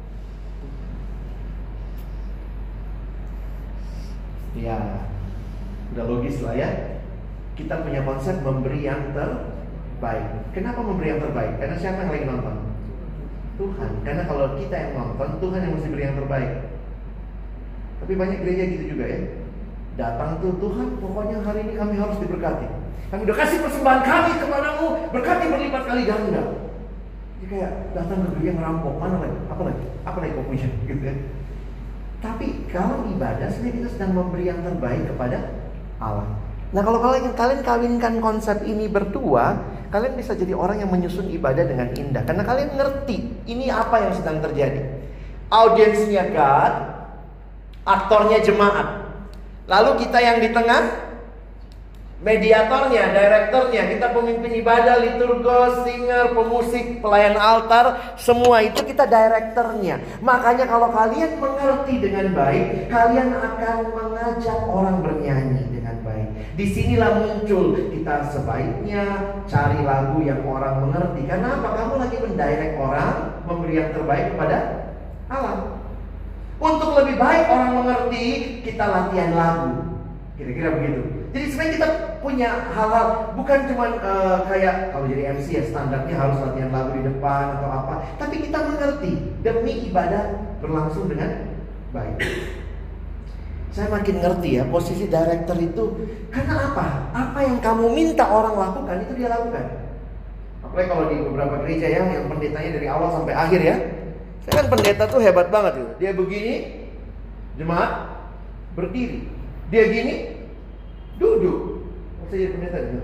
Ya, udah logis lah ya. Kita punya konsep memberi yang terbaik. Kenapa memberi yang terbaik? Karena siapa yang lagi nonton? Tuhan. Karena kalau kita yang nonton, Tuhan yang mesti beri yang terbaik. Tapi banyak gereja gitu juga ya. Datang tuh, Tuhan pokoknya hari ini kami harus diberkati. Kami udah kasih persembahan kami kepadamu, berkati berlipat kali ganda. Jadi kayak datang ke gereja ngerampok, mana lagi? Apa lagi? Apa lagi kau punya? Gitu ya. Tapi kalau ibadah sebenarnya kita sedang memberi yang terbaik kepada Allah. Nah, kalau kalian kalian kawinkan konsep ini berdua, kalian bisa jadi orang yang menyusun ibadah dengan indah. Karena kalian ngerti ini apa yang sedang terjadi. Audiensnya God, aktornya jemaat. Lalu kita yang di tengah, mediatornya, direkturnya, kita pemimpin ibadah, liturgos, singer, pemusik, pelayan altar, semua itu kita direkturnya. Makanya kalau kalian mengerti dengan baik, kalian akan mengajak orang bernyanyi dengan baik. Disinilah muncul kita sebaiknya cari lagu yang orang mengerti. Karena apa? Kamu lagi mendirect orang, memberi yang terbaik kepada Allah. Untuk lebih baik orang mengerti, kita latihan lagu. Kira-kira begitu. Jadi sebenarnya kita punya hal-hal, bukan cuma uh, kayak kalau jadi M C ya standarnya harus latihan lagu di depan atau apa. Tapi kita mengerti demi ibadah berlangsung dengan baik. Saya makin ngerti ya posisi director itu. Karena apa? Apa yang kamu minta orang lakukan itu dia lakukan. Apalagi kalau di beberapa gereja ya, yang pendetanya dari awal sampai akhir ya. Saya kan pendeta tuh hebat banget gitu. Dia begini, jemaat berdiri. Dia gini, duduk. Saya jadi pendeta gitu.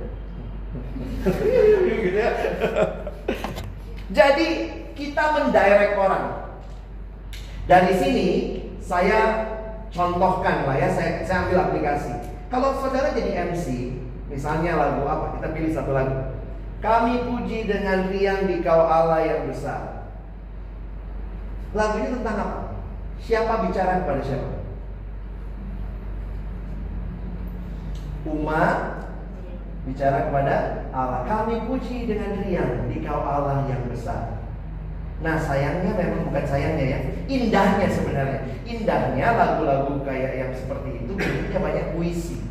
Gitu ya. Jadi kita mendirect orang. Dari sini saya contohkan lah ya, saya, saya ambil aplikasi. Kalau saudara jadi M C, misalnya lagu apa? Kita pilih satu lagu. Kami puji dengan riang di Kau Allah yang besar. Lagu ini tentang apa? Siapa bicara kepada siapa? Umat bicara kepada Allah. Kami puji dengan riang di Kau Allah yang besar. Nah sayangnya memang bukan sayangnya ya, indahnya sebenarnya. Indahnya lagu-lagu kayak yang seperti itu bentuknya banyak puisi.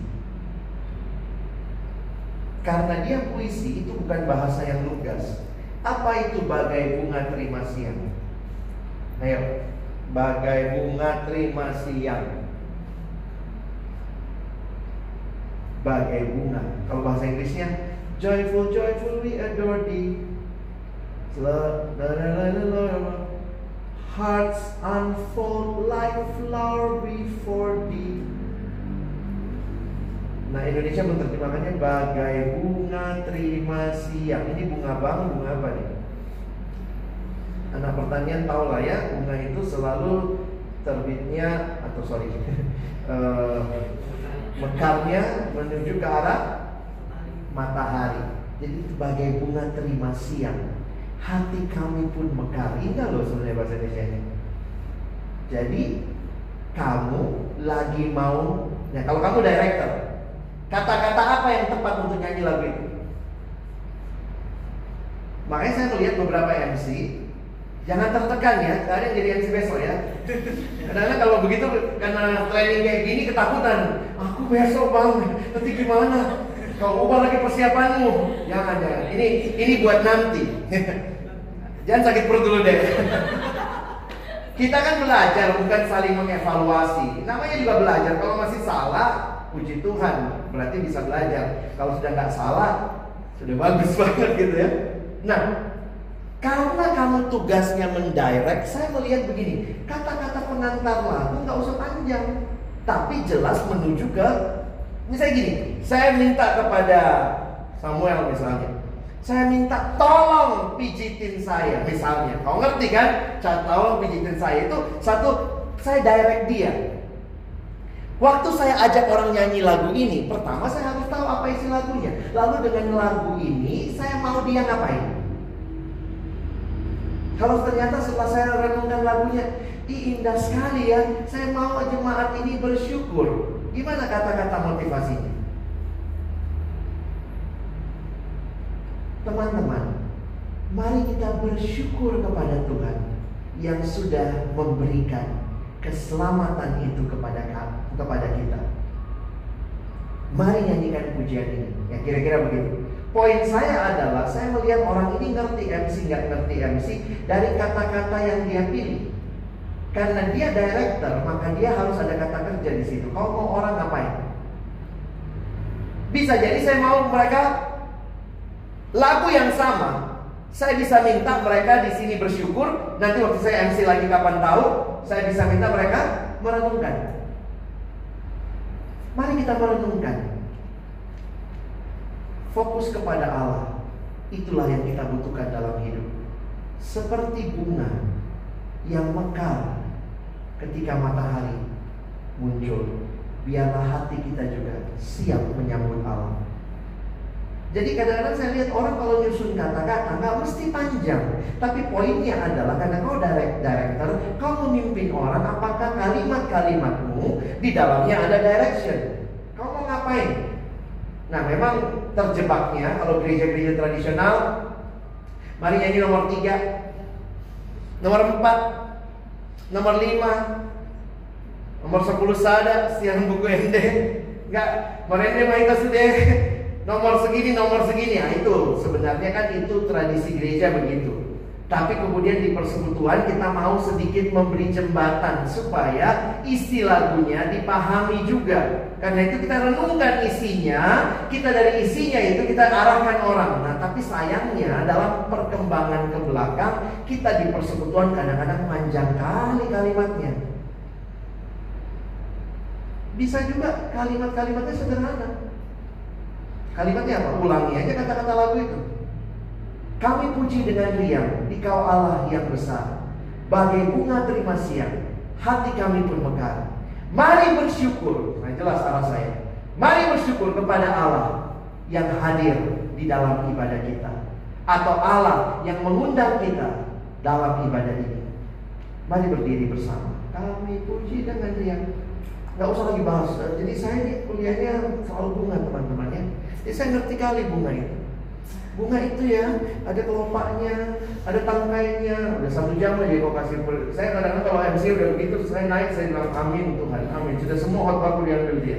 Karena dia puisi itu bukan bahasa yang lugas. Apa itu bagai bunga terima siang? Ayo, bagai bunga terima siang. Bagai bunga. Kalau bahasa Inggrisnya, joyful, joyful we adore thee. Hearts unfold like flower before thee. Nah Indonesia menerjemahkannya bagai bunga terima siang. Ini bunga bang, bunga apa nih? Anak pertanian tahu lah ya, bunga itu selalu terbitnya atau sorry uh, mekarnya menuju ke arah matahari. Jadi sebagai bunga terima siang, hati kami pun mekar. Indah loh sebenarnya bahasa Indonesia-nya. Jadi kamu lagi mau, nah kalau kamu director, kata-kata apa yang tepat untuk nyanyi lagu itu? Makanya saya melihat beberapa M C, jangan tertekan ya, gak ada yang jadi M C besok ya. Kadang-kadang kalau begitu, karena training kayak gini ketakutan. Aku besok bang, nanti gimana? Kau ubah lagi persiapanmu. Jangan, jangan. Ini ini buat nanti. Jangan sakit perut dulu deh. Kita kan belajar, bukan saling mengevaluasi. Namanya juga belajar. Kalau masih salah, puji Tuhan, berarti bisa belajar. Kalau sudah nggak salah, sudah bagus banget gitu ya. Nah, karena kamu tugasnya mendirect, saya melihat begini, kata-kata pengantar lagu nggak usah panjang, tapi jelas menuju ke Misalnya gini, saya minta kepada Samuel misalnya, saya minta tolong pijitin saya misalnya. Kau ngerti kan? Tolong pijitin saya itu satu, saya direct dia. Waktu saya ajak orang nyanyi lagu ini, pertama saya harus tahu apa isi lagunya. Lalu dengan lagu ini saya mau dia ngapain? Kalau ternyata setelah saya renungkan lagunya, ih indah sekali ya, saya mau jemaat ini bersyukur. Gimana kata-kata motivasinya? Teman-teman, mari kita bersyukur kepada Tuhan yang sudah memberikan keselamatan itu kepada kepada kita. Mari nyanyikan pujian ini. Ya kira-kira begitu. Poin saya adalah saya melihat orang ini ngerti M C nggak ngerti M C dari kata-kata yang dia pilih. Karena dia director, maka dia harus ada kata kerja di situ. Kalau mau orang ngapain? Bisa jadi saya mau mereka lagu yang sama. Saya bisa minta mereka di sini bersyukur. Nanti waktu saya M C lagi kapan tahu, saya bisa minta mereka merenungkan. Mari kita merenungkan. Fokus kepada Allah. Itulah yang kita butuhkan dalam hidup. Seperti bunga yang mekar ketika matahari muncul, biarlah hati kita juga siap menyambut Allah. Jadi kadang-kadang saya lihat orang kalau nyusun kata-kata nggak mesti panjang, tapi poinnya adalah karena kau direct, director, kau memimpin orang, apakah kalimat-kalimatmu di dalamnya ada direction? Kau mau ngapain? Nah memang terjebaknya kalau gereja-gereja tradisional, mari nyanyi nomor tiga, nomor empat, nomor lima, nomor sepuluh sada, siang buku ende, enggak, merende main sudah, nomor segini, nomor segini, nah itu sebenarnya kan itu tradisi gereja begitu. Tapi kemudian di persekutuan kita mau sedikit memberi jembatan supaya isi lagunya dipahami juga. Karena itu kita renungkan isinya, kita dari isinya itu kita arahkan orang. Nah tapi sayangnya dalam perkembangan ke belakang, kita di persekutuan kadang-kadang panjang kali kalimatnya. Bisa juga kalimat-kalimatnya sederhana. Kalimatnya apa? Ulangi aja kata-kata lagu itu. Kami puji dengan riang, Dikau Allah yang besar. Bagai bunga terima siang, hati kami pun mekar. Mari bersyukur. Nah jelas arah saya. Mari bersyukur kepada Allah yang hadir di dalam ibadah kita, atau Allah yang mengundang kita dalam ibadah ini. Mari berdiri bersama. Kami puji dengan riang. Gak usah lagi bahas. Jadi saya ini kuliahnya soal bunga teman-teman ya. Jadi saya ngerti kali bunga itu. Bunga itu ya, ada kelopaknya, ada tangkainya. Udah satu jam aja kok kasih. Saya kadang-kadang kalau M C udah begitu, saya naik, saya bilang amin Tuhan, amin. Sudah semua khotbahku diambil dia.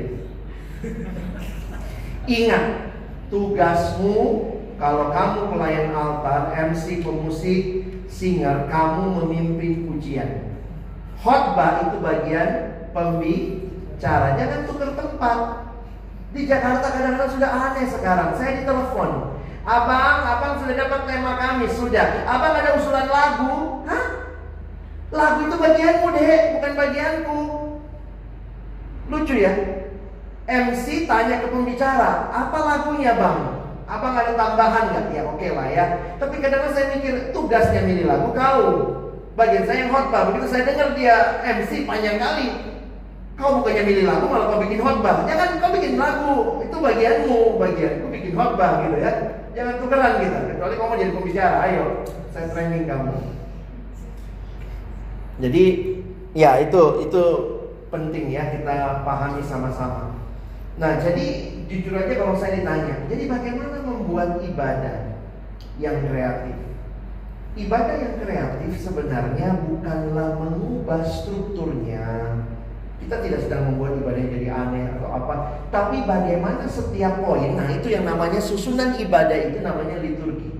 Ingat, tugasmu kalau kamu pelayan altar, M C, pemusik, singer, kamu memimpin pujian. Khotbah itu bagian pembicara. Jangan tukar tempat. Di Jakarta kadang-kadang sudah aneh sekarang. Saya ditelepon, Abang, abang sudah dapat tema kami. Sudah. Abang ada usulan lagu. Hah? Lagu itu bagianmu deh, bukan bagianku. Lucu ya. M C tanya ke pembicara, apa lagunya bang? Abang ada tambahan nggak? Ya oke lah ya. Tapi kadang-kadang saya mikir, tugasnya milih lagu kau. Bagian saya yang khotbah. Begitu saya dengar dia M C panjang kali, kau bukannya milih lagu malah kau bikin khotbah. Jangan kau bikin lagu, itu bagianmu, bagianku bikin khotbah gitu ya. Jangan tukeran kita, kecuali kamu jadi pembicara. Ayo, saya training kamu. Jadi ya itu itu penting ya kita pahami sama-sama. Nah jadi jujur aja kalau saya ditanya, jadi bagaimana membuat ibadah yang kreatif? Ibadah yang kreatif sebenarnya bukanlah mengubah strukturnya. Kita tidak sedang membuat ibadah jadi aneh atau apa, tapi bagaimana setiap poin. Nah itu yang namanya susunan ibadah, itu namanya liturgi.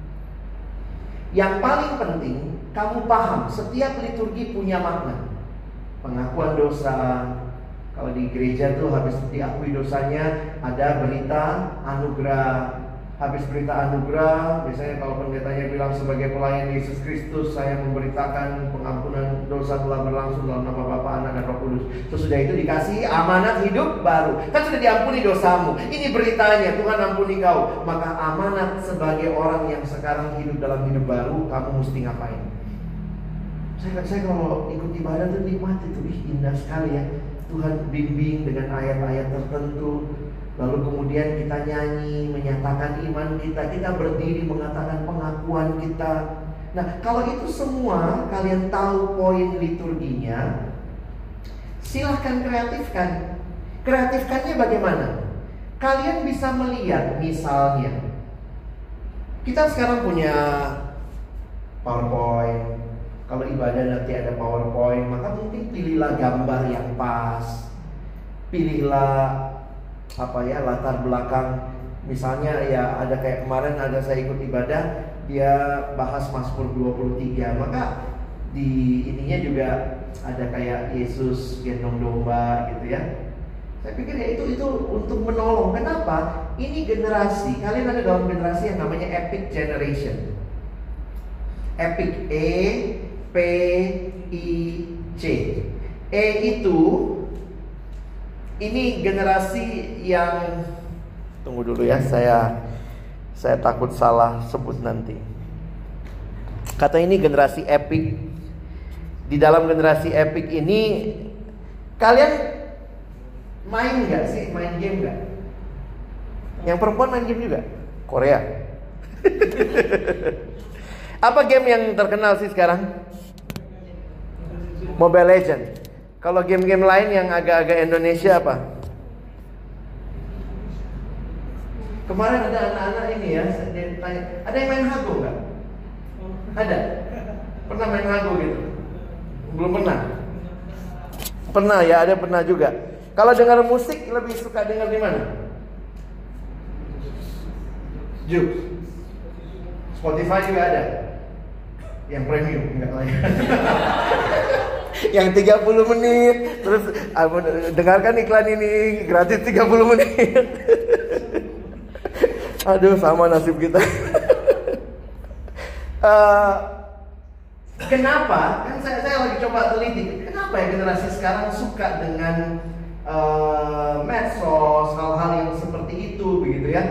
Yang paling penting kamu paham, setiap liturgi punya makna. Pengakuan dosa, kalau di gereja tuh habis diakui dosanya ada berita anugerah. habis berita anugerah, biasanya kalau pendetanya bilang sebagai pelayan Yesus Kristus, saya memberitakan pengampunan dosa telah berlangsung dalam nama Bapa, Anak, dan Roh Kudus. Sesudah itu dikasih amanat hidup baru. Kan sudah diampuni dosamu. Ini beritanya, Tuhan ampuni kau. Maka amanat sebagai orang yang sekarang hidup dalam hidup baru, kamu mesti ngapain? Saya, saya kalau ikut ibadah tuh nikmati tuh, ih, indah sekali ya. Tuhan bimbing dengan ayat-ayat tertentu. Lalu kemudian kita nyanyi, menyatakan iman kita, kita berdiri mengatakan pengakuan kita. Nah, kalau itu semua kalian tahu poin liturginya, silahkan kreatifkan. Kreatifkannya bagaimana? Kalian bisa melihat misalnya, kita sekarang punya PowerPoint. Kalau ibadah nanti ada PowerPoint, maka mungkin pilihlah gambar yang pas. Pilihlah apa ya, latar belakang. Misalnya ya ada kayak kemarin ada saya ikut ibadah, dia bahas Mazmur dua puluh tiga, maka di ininya juga ada kayak Yesus gendong domba gitu ya. Saya pikir ya itu itu untuk menolong. Kenapa? Ini generasi, kalian ada dalam generasi yang namanya Epic Generation. Epic, E P I C. E itu ini generasi yang, tunggu dulu ya, saya saya takut salah sebut nanti. Kata ini generasi epic. Di dalam generasi epic ini kalian main nggak sih? Main game nggak? Yang perempuan main game juga? Korea. Apa game yang terkenal sih sekarang? Mobile Legends. Kalau game-game lain yang agak-agak Indonesia apa? Kemarin ada anak-anak ini ya, dia tanya, ada yang main Hago nggak? Ada? Pernah main Hago gitu? Belum pernah? Pernah ya, ada pernah juga. Kalau dengar musik lebih suka dengar di mana? Jux. Spotify juga ada. Yang premium, enggak lah ya. Yang tiga puluh menit. Terus dengarkan iklan ini gratis tiga puluh menit. Aduh, sama nasib kita. uh, Kenapa? Kan saya, saya lagi coba teliti. Kenapa ya generasi sekarang suka dengan uh, medsos, hal-hal yang seperti itu, begitu ya?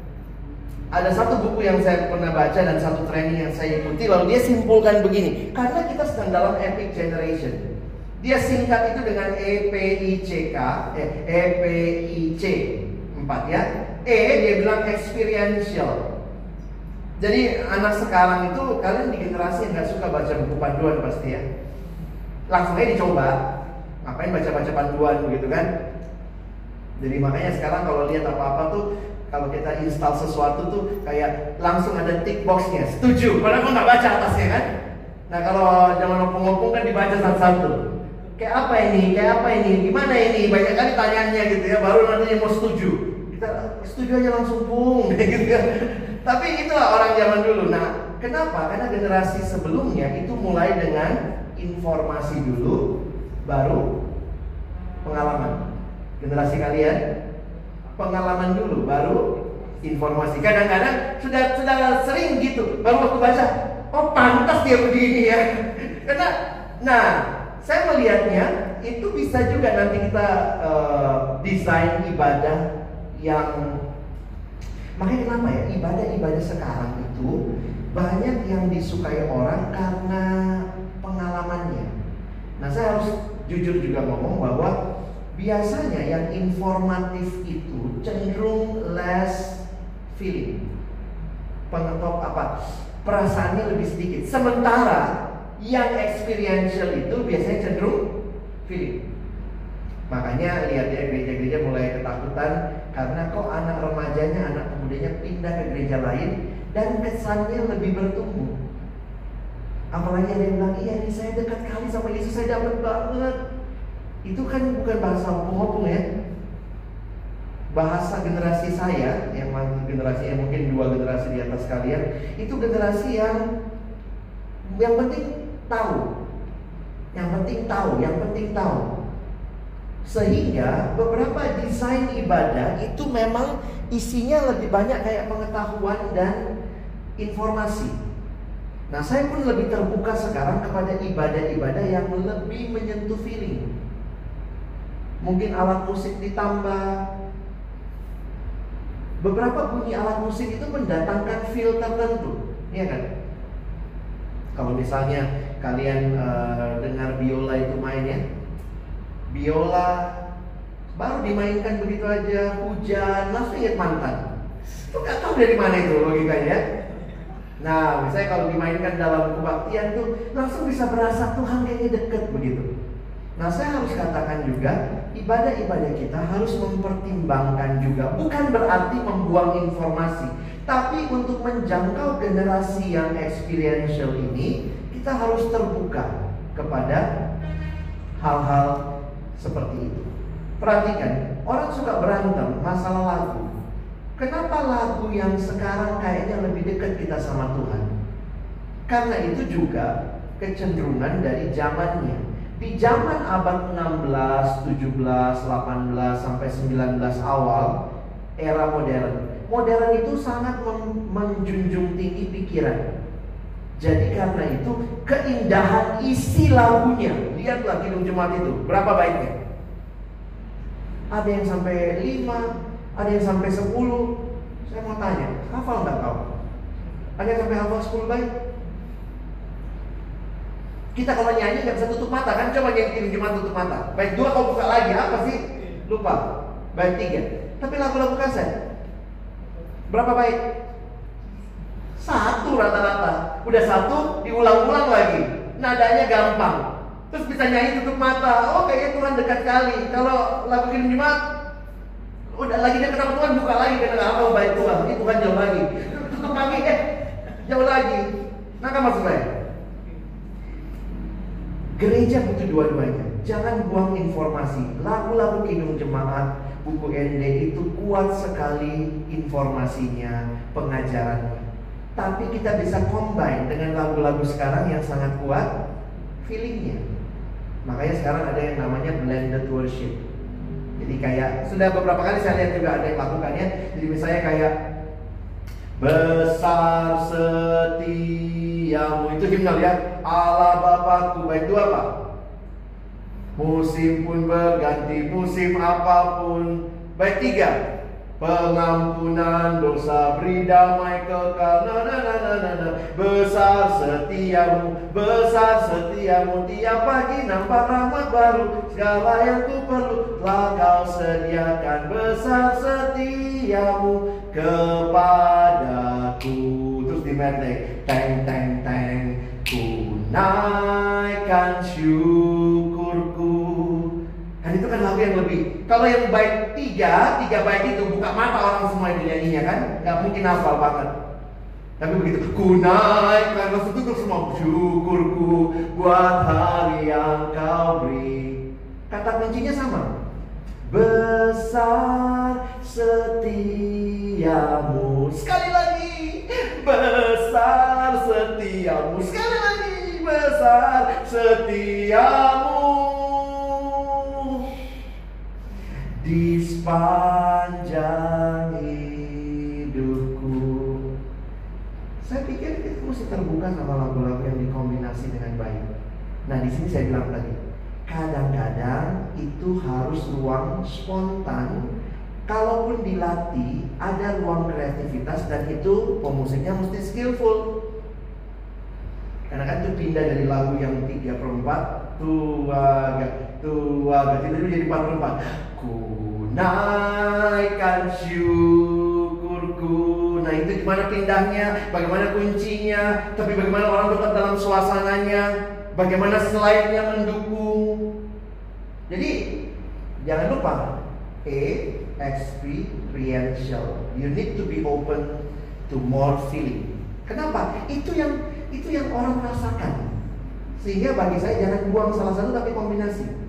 Ada satu buku yang saya pernah baca dan satu training yang saya ikuti, lalu dia simpulkan begini. Karena kita sedang dalam epic generation. Dia singkat itu dengan E P I C K, eh, E P I C empat ya. E dia bilang experiential. Jadi anak sekarang itu, kalian di generasi yang gak suka baca buku panduan pasti ya. Langsung aja dicoba. Ngapain baca-baca panduan begitu kan? Jadi makanya sekarang kalau lihat apa-apa tuh, kalau kita install sesuatu tuh kayak langsung ada tick boxnya, setuju. Padahal kok nggak baca atasnya kan? Nah kalau zaman opung-opung kan dibaca satu-satu. Kayak apa ini? Kayak apa ini? Gimana ini? Banyak kali tanyanya gitu ya. Baru nanti mau setuju. Kita setuju aja langsung pung, gitu ya. Tapi itulah orang zaman dulu. Nah, kenapa? Karena generasi sebelumnya itu mulai dengan informasi dulu, baru pengalaman. Generasi kalian pengalaman dulu, baru informasi. Kadang-kadang sudah sudah sering gitu, baru waktu baca, oh pantas dia begini ya. Karena, nah, saya melihatnya itu bisa juga nanti kita uh, desain ibadah yang, makanya kenapa ya ibadah-ibadah sekarang itu banyak yang disukai orang karena pengalamannya. Nah, saya harus jujur juga ngomong bahwa biasanya yang informatif itu cenderung less feeling, pengetop apa, perasaannya lebih sedikit. Sementara yang experiential itu biasanya cenderung feeling. Makanya lihat ya, gereja-gereja mulai ketakutan karena kok anak remajanya, anak pemudanya pindah ke gereja lain dan kesannya lebih bertumbuh. Apalagi ada yang bilang, iya nih saya dekat kali sama Yesus, saya dapat banget. Itu kan bukan bahasa opung-opung ya. Bahasa generasi saya, yang generasi yang mungkin dua generasi di atas kalian, itu generasi yang yang penting tahu. Yang penting tahu, yang penting tahu. Sehingga beberapa desain ibadah itu memang isinya lebih banyak kayak pengetahuan dan informasi. Nah, saya pun lebih terbuka sekarang kepada ibadah-ibadah yang lebih menyentuh feeling. Mungkin alat musik ditambah. Beberapa bunyi alat musik itu mendatangkan feel tertentu, iya kan? Kalau misalnya kalian uh, dengar biola itu main ya, biola baru dimainkan begitu aja, hujan, langsung ingat mantan. Itu gak tahu dari mana itu logikanya. Nah, misalnya kalau dimainkan dalam kebaktian tuh langsung bisa berasa Tuhan kayaknya deket begitu. Nah, saya harus katakan juga, ibadah-ibadah kita harus mempertimbangkan juga. Bukan berarti membuang informasi, tapi untuk menjangkau generasi yang experiential ini, kita harus terbuka kepada hal-hal seperti itu. Perhatikan, orang suka berantem masalah lagu. Kenapa lagu yang sekarang kayaknya lebih dekat kita sama Tuhan? Karena itu juga kecenderungan dari zamannya. Di zaman abad enam belas, tujuh belas, delapan belas sampai sembilan belas awal era modern. Modern itu sangat menjunjung tinggi pikiran. Jadi karena itu keindahan isi lagunya. Lihatlah Kidung Jemaat itu, berapa baiknya? Ada yang sampai lima, ada yang sampai sepuluh. Saya mau tanya, hafal nggak kau? Ada yang sampai hafal sepuluh bait? Kita kalau nyanyi nggak bisa tutup mata kan? Coba nyanyi cuma tutup mata. Bait dua kau buka lagi, apa sih? Lupa. Bait tiga. Tapi lagu-lagu kaset berapa bait? Satu rata-rata. Udah satu diulang-ulang lagi. Nadanya gampang. Terus bisa nyanyi tutup mata. Oh, kayaknya Tuhan dekat kali. Kalau lagu Kidung Jemaat udah lagi dekat sama Tuhan, buka lagi karena apa bait Tuhan. Ini Tuhan jauh lagi. Tutup lagi, eh jauh lagi. Nah, kan maksud saya? Gereja butuh dua-duanya. Jangan buang informasi. Lagu-lagu Kidung Jemaat, buku N D itu kuat sekali informasinya, pengajarannya. Tapi kita bisa combine dengan lagu-lagu sekarang yang sangat kuat feelingnya. Makanya sekarang ada yang namanya blended worship. Jadi kayak sudah beberapa kali saya lihat juga ada yang lakukannya. Jadi misalnya kayak besar setiamu, itu himnal ya, Allah Bapakku. Bait dua apa? Musim pun berganti, musim apapun. Bait tiga, pengampunan dosa, beri damai kekal. Na, na, na, na, na, na. Besar setiamu, besar setiamu, tiap pagi nampak rahmat baru. Segala yang ku perlu telah kau sediakan. Besar setiamu kepadaku. Terus di medley, teng teng teng, ku naikkan syukurku. Kan itu kan lagu yang lebih. Kalau yang bait tiga, tiga bait itu buka mata orang semua itu nyanyinya kan, nggak mungkin hafal banget. Tapi begitu, ku naikkan, langsung tutup semua syukurku buat hari yang kau beri. Kata kuncinya sama. Besar setiamu. Sekali lagi. Besar setiamu. Sekali lagi. Besar setiamu. Di sepanjang hidupku. Saya pikir kita mesti terbuka sama lagu-lagu yang dikombinasi dengan baik. Nah, di sini saya bilang tadi, kadang-kadang itu harus ruang spontan. Kalaupun dilatih, ada ruang kreativitas, dan itu pemusiknya mesti skillful. Karena kan itu pindah dari lagu yang tiga per empat, tua gak, tua gak, itu jadi empat per empat. Ku naikkan syukurku. Nah, itu gimana pindahnya, bagaimana kuncinya, tapi bagaimana orang tetap dalam suasananya, bagaimana slide-nya mendukung. Jadi jangan lupa A, experiential. You need to be open to more feeling. Kenapa? Itu yang itu yang orang rasakan. Sehingga bagi saya jangan buang salah satu tapi kombinasi.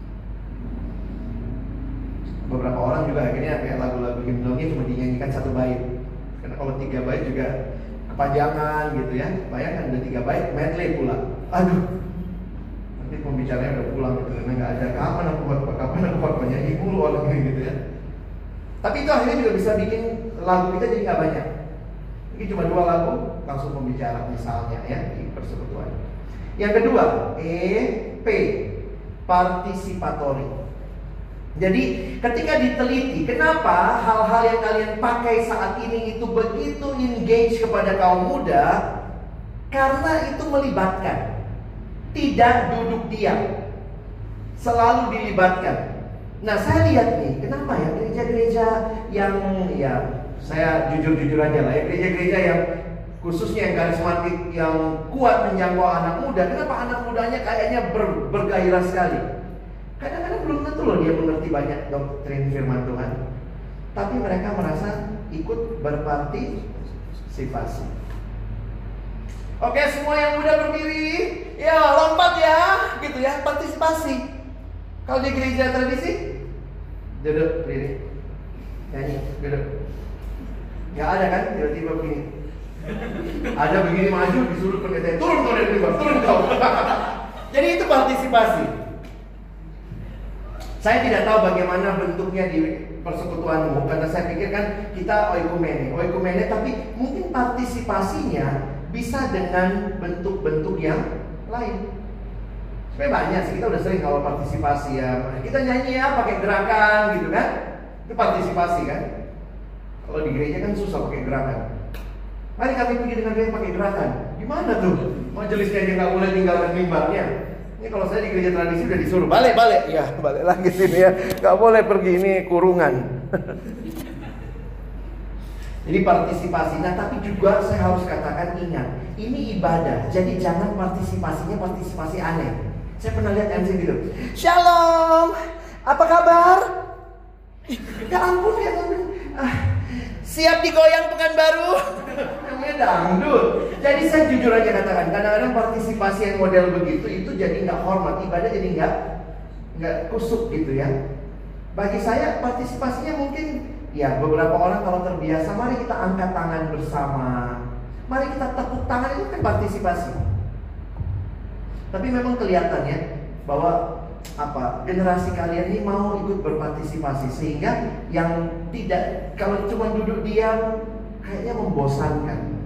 Beberapa orang juga akhirnya kayak lagu-lagu himnalnya cuma dinyanyikan satu bait. Karena kalau tiga bait juga kepanjangan gitu ya. Bayangkan ada tiga bait medley pula. Aduh. Nanti pembicaraan pembicaranya udah pulang gitu, karena nggak ada kapan aku khotbah, kapan aku khotbah, nyanyi mulu orang ini gitu ya. Tapi itu akhirnya juga bisa bikin lagu kita jadi nggak banyak. Mungkin cuma dua lagu langsung pembicara misalnya ya di persekutuan. Yang kedua, E P, participatory. Jadi ketika diteliti kenapa hal-hal yang kalian pakai saat ini itu begitu engage kepada kaum muda, karena itu melibatkan, tidak duduk diam, selalu dilibatkan. Nah saya lihat nih, kenapa ya gereja-gereja yang ya saya jujur-jujur aja lah ya, gereja-gereja yang khususnya yang karismatik, yang kuat menjangkau anak muda, kenapa anak mudanya kayaknya ber, bergairah sekali? Kadang-kadang belum tentu loh dia mengerti banyak doktrin firman Tuhan, tapi mereka merasa ikut berpartisipasi. Oke, semua yang muda berdiri, ya lompat ya, gitu ya, partisipasi. Kalau di gereja tradisi, duduk, berdiri, nyanyi, duduk. Gak ada kan, tiba-tiba begini. Ada begini maju, disuruh pendeta, turun kau dari mimbar, turun kau. Jadi itu partisipasi. Saya tidak tahu bagaimana bentuknya di persekutuanmu, karena saya pikir kan kita oikumene, oikumene, tapi mungkin partisipasinya bisa dengan bentuk-bentuk yang lain. Sebenarnya banyak sih, kita udah sering kalau partisipasi ya, kita nyanyi ya pakai gerakan gitu kan, itu partisipasi kan. Kalau di gereja kan susah pakai gerakan. Mari kami pergi dengan dia pakai gerakan. Gimana tuh? Majelisnya dia nggak boleh tinggalkan mimbarnya. Ini kalau saya di gereja tradisi udah disuruh balik balik, ya balik lagi sini ya, nggak boleh pergi, ini kurungan. Jadi partisipasi. Nah tapi juga saya harus katakan, ingat, ini ibadah. Jadi jangan partisipasinya partisipasi aneh. Saya pernah lihat M C gitu. Shalom, apa kabar? Ya ampun ya ampun. Ah, siap digoyang Pekanbaru. Namanya dangdut. Jadi saya jujur aja katakan, kadang-kadang partisipasi yang model begitu itu jadi nggak hormat, ibadah jadi nggak nggak kusuk gitu ya. Bagi saya partisipasinya mungkin ya beberapa orang kalau terbiasa, mari kita angkat tangan bersama, mari kita tepuk tangan, itu kan partisipasi. Tapi memang kelihatannya bahwa apa generasi kalian ini mau ikut berpartisipasi, sehingga yang tidak, kalau cuma duduk diam kayaknya membosankan.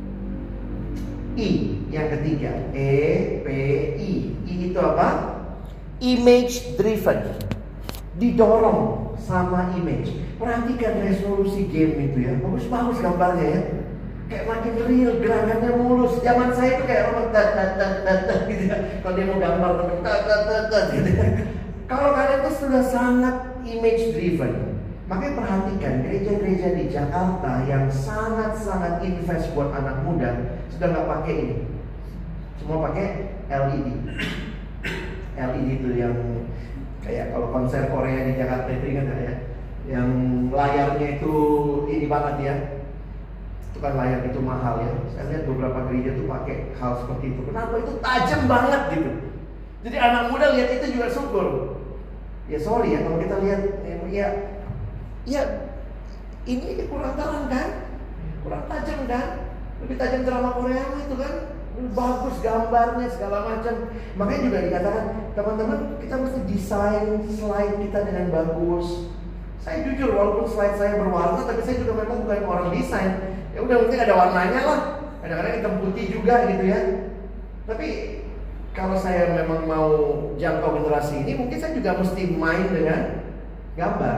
I yang ketiga, E P I. I itu apa? Image driven. Didorong sama image. Perhatikan resolusi game itu ya, bagus-bagus gambarnya ya. Kayak makin real, gerakannya mulus. Zaman saya itu kayak orang tat tat tat tat tat gitu ya. Kalau dia mau gambar tat tat tat tat gitu. Kalau kalian itu sudah sangat image driven, makanya perhatikan gereja-gereja di Jakarta yang sangat-sangat invest buat anak muda sudah nggak pakai ini, semua pakai L E D. L E D itu yang kayak kalau konser Korea di Jakarta itu, ingat nggak ya? Yang layarnya itu ini banget ya. Itu kan layar itu mahal ya. Saya lihat beberapa gereja tuh pakai hal seperti itu. Kenapa? Itu tajam banget gitu. Jadi anak muda lihat itu juga syukur. Ya sorry ya kalau kita lihat ya ya ini kurang terang kan? Kurang tajam kan? Lebih tajam drama Korea itu kan. Bagus gambarnya segala macam. Makanya juga dikatakan, teman-teman, kita mesti desain slide kita dengan bagus. Saya jujur, walaupun slide saya berwarna, tapi saya juga memang bukan orang desain. Ya udah, mungkin ada warnanya lah. Kadang-kadang hitam putih juga gitu ya. Tapi kalau saya memang mau jangkau generasi ini, mungkin saya juga mesti main dengan gambar.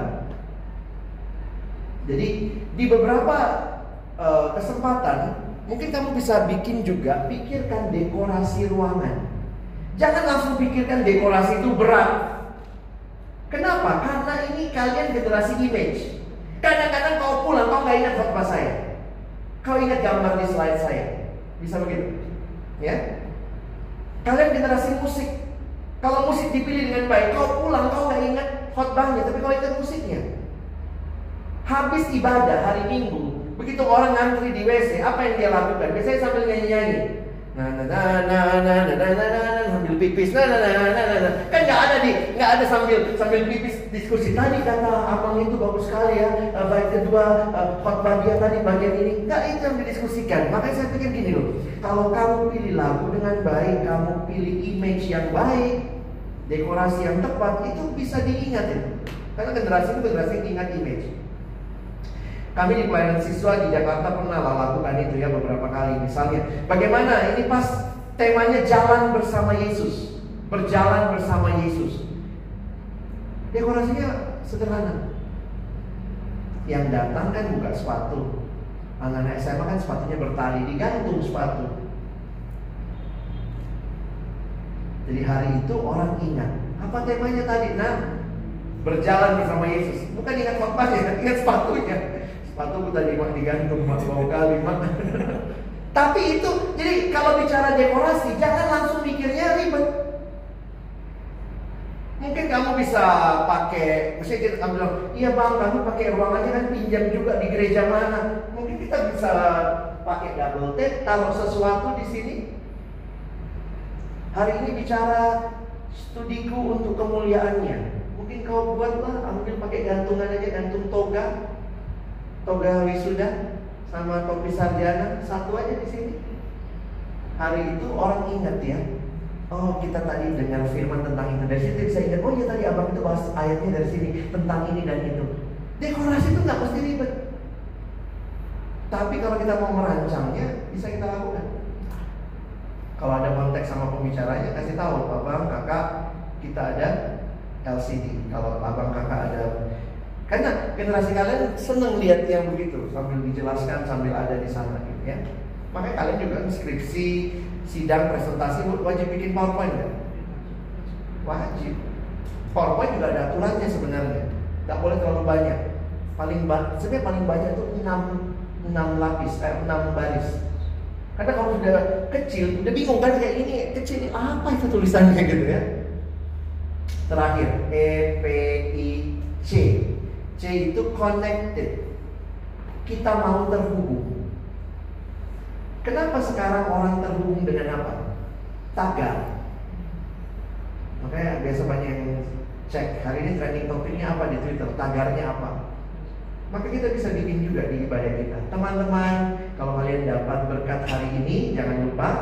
Jadi di beberapa uh, kesempatan mungkin kamu bisa bikin juga, pikirkan dekorasi ruangan. Jangan langsung pikirkan dekorasi itu berat. Kenapa? Karena ini kalian generasi image. Kadang-kadang kau pulang, kau gak ingat khotbah saya, kau ingat gambar di slide saya. Bisa begitu? Ya? Kalian generasi musik. Kalau musik dipilih dengan baik, kau pulang, kau gak ingat khotbahnya, tapi kau ingat musiknya. Habis ibadah hari Minggu, begitu orang ngantri di W C, apa yang dia lakukan? Biasanya sambil nyanyi-nyanyi. Nah, nah, nah, nah, nah, nah, nah, nah, sambil pipis, nah, nah, nah, nah, nah, kan nggak ada di, nggak ada sambil sambil pipis diskusi. Tadi kata abang itu bagus sekali ya, baik kedua khotbah dia tadi bagian ini, nggak itu yang didiskusikan. Makanya saya pikir gini loh, kalau kamu pilih lagu dengan baik, kamu pilih image yang baik, dekorasi yang tepat, itu bisa diingat ya. Karena generasi itu generasi yang ingat image. Kami di pelayanan siswa di Jakarta pernah lah lakukan itu ya beberapa kali. Misalnya, bagaimana ini pas temanya jalan bersama Yesus, berjalan bersama Yesus. Dekorasinya sederhana. Yang datang kan buka sepatu. Anak-anak S M A kan sepatunya bertali, digantung sepatu. Jadi hari itu orang ingat. Apa temanya tadi? Nah, berjalan bersama Yesus. Bukan ingat khotbahnya, ingat sepatunya. Sepatuku tadi mah digantung, mak mau kali mak. Tapi itu, jadi kalau bicara dekorasi, jangan langsung mikirnya ribet. Mungkin kamu bisa pakai, misalnya kita kamu bilang, iya bang, kamu pakai ruangannya kan pinjam juga di gereja mana? Mungkin kita bisa pakai double tape, taruh sesuatu di sini. Hari ini bicara studiku untuk kemuliaannya. Mungkin kau buatlah, ambil pakai gantungan aja, gantung toga, toga wisuda, sama topi sarjana, satu aja di sini. Hari itu orang ingat ya. Oh, kita tadi dengar firman tentang itu. Dari situ bisa ingat, oh iya tadi abang itu bahas ayatnya dari sini tentang ini dan itu. Dekorasi itu nggak pasti ribet. Tapi kalau kita mau merancangnya, bisa kita lakukan. Kalau ada konteks sama pembicaranya, kasih tahu, abang, kakak, kita ada L C D. Kalau abang, kakak ada. Karena generasi kalian seneng lihat yang begitu, sambil dijelaskan, sambil ada di sana gitu ya. Makanya kalian juga skripsi, sidang, presentasi wajib bikin PowerPoint kan? Wajib. PowerPoint juga ada aturannya sebenarnya. Gak boleh terlalu banyak. Paling ba- sebenarnya paling banyak tuh enam lapis, eh, enam baris. Karena kalau sudah kecil, udah bingung kan kayak ini kecil, ini apa itu tulisannya gitu ya. Terakhir, E P I C. C itu connected. Kita mau terhubung. Kenapa sekarang orang terhubung dengan apa? Tagar. Makanya biasa banyak yang cek hari ini trending topiknya apa di Twitter, tagarnya apa. Maka kita bisa bikin juga di ibadah kita. Teman-teman, kalau kalian dapat berkat hari ini, jangan lupa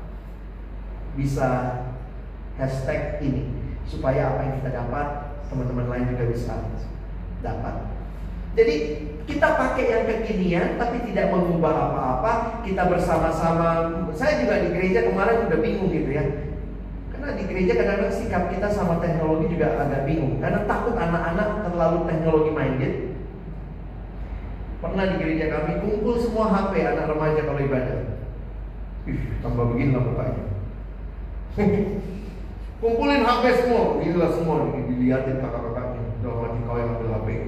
bisa hashtag ini supaya apa yang kita dapat teman-teman lain juga bisa dapat. Jadi kita pakai yang kekinian tapi tidak mengubah apa-apa. Kita bersama-sama. Saya juga di gereja kemarin udah bingung gitu ya. Karena di gereja kadang-kadang sikap kita sama teknologi juga agak bingung. Karena takut anak-anak terlalu teknologi minded. Pernah di gereja kami kumpul semua H P anak remaja kalau ibadah. Ih, tambah begini lah mukanya. Kumpulin H P semua, gila semua dilihatin kakak-kakaknya. Udah mati kau yang ambil H P.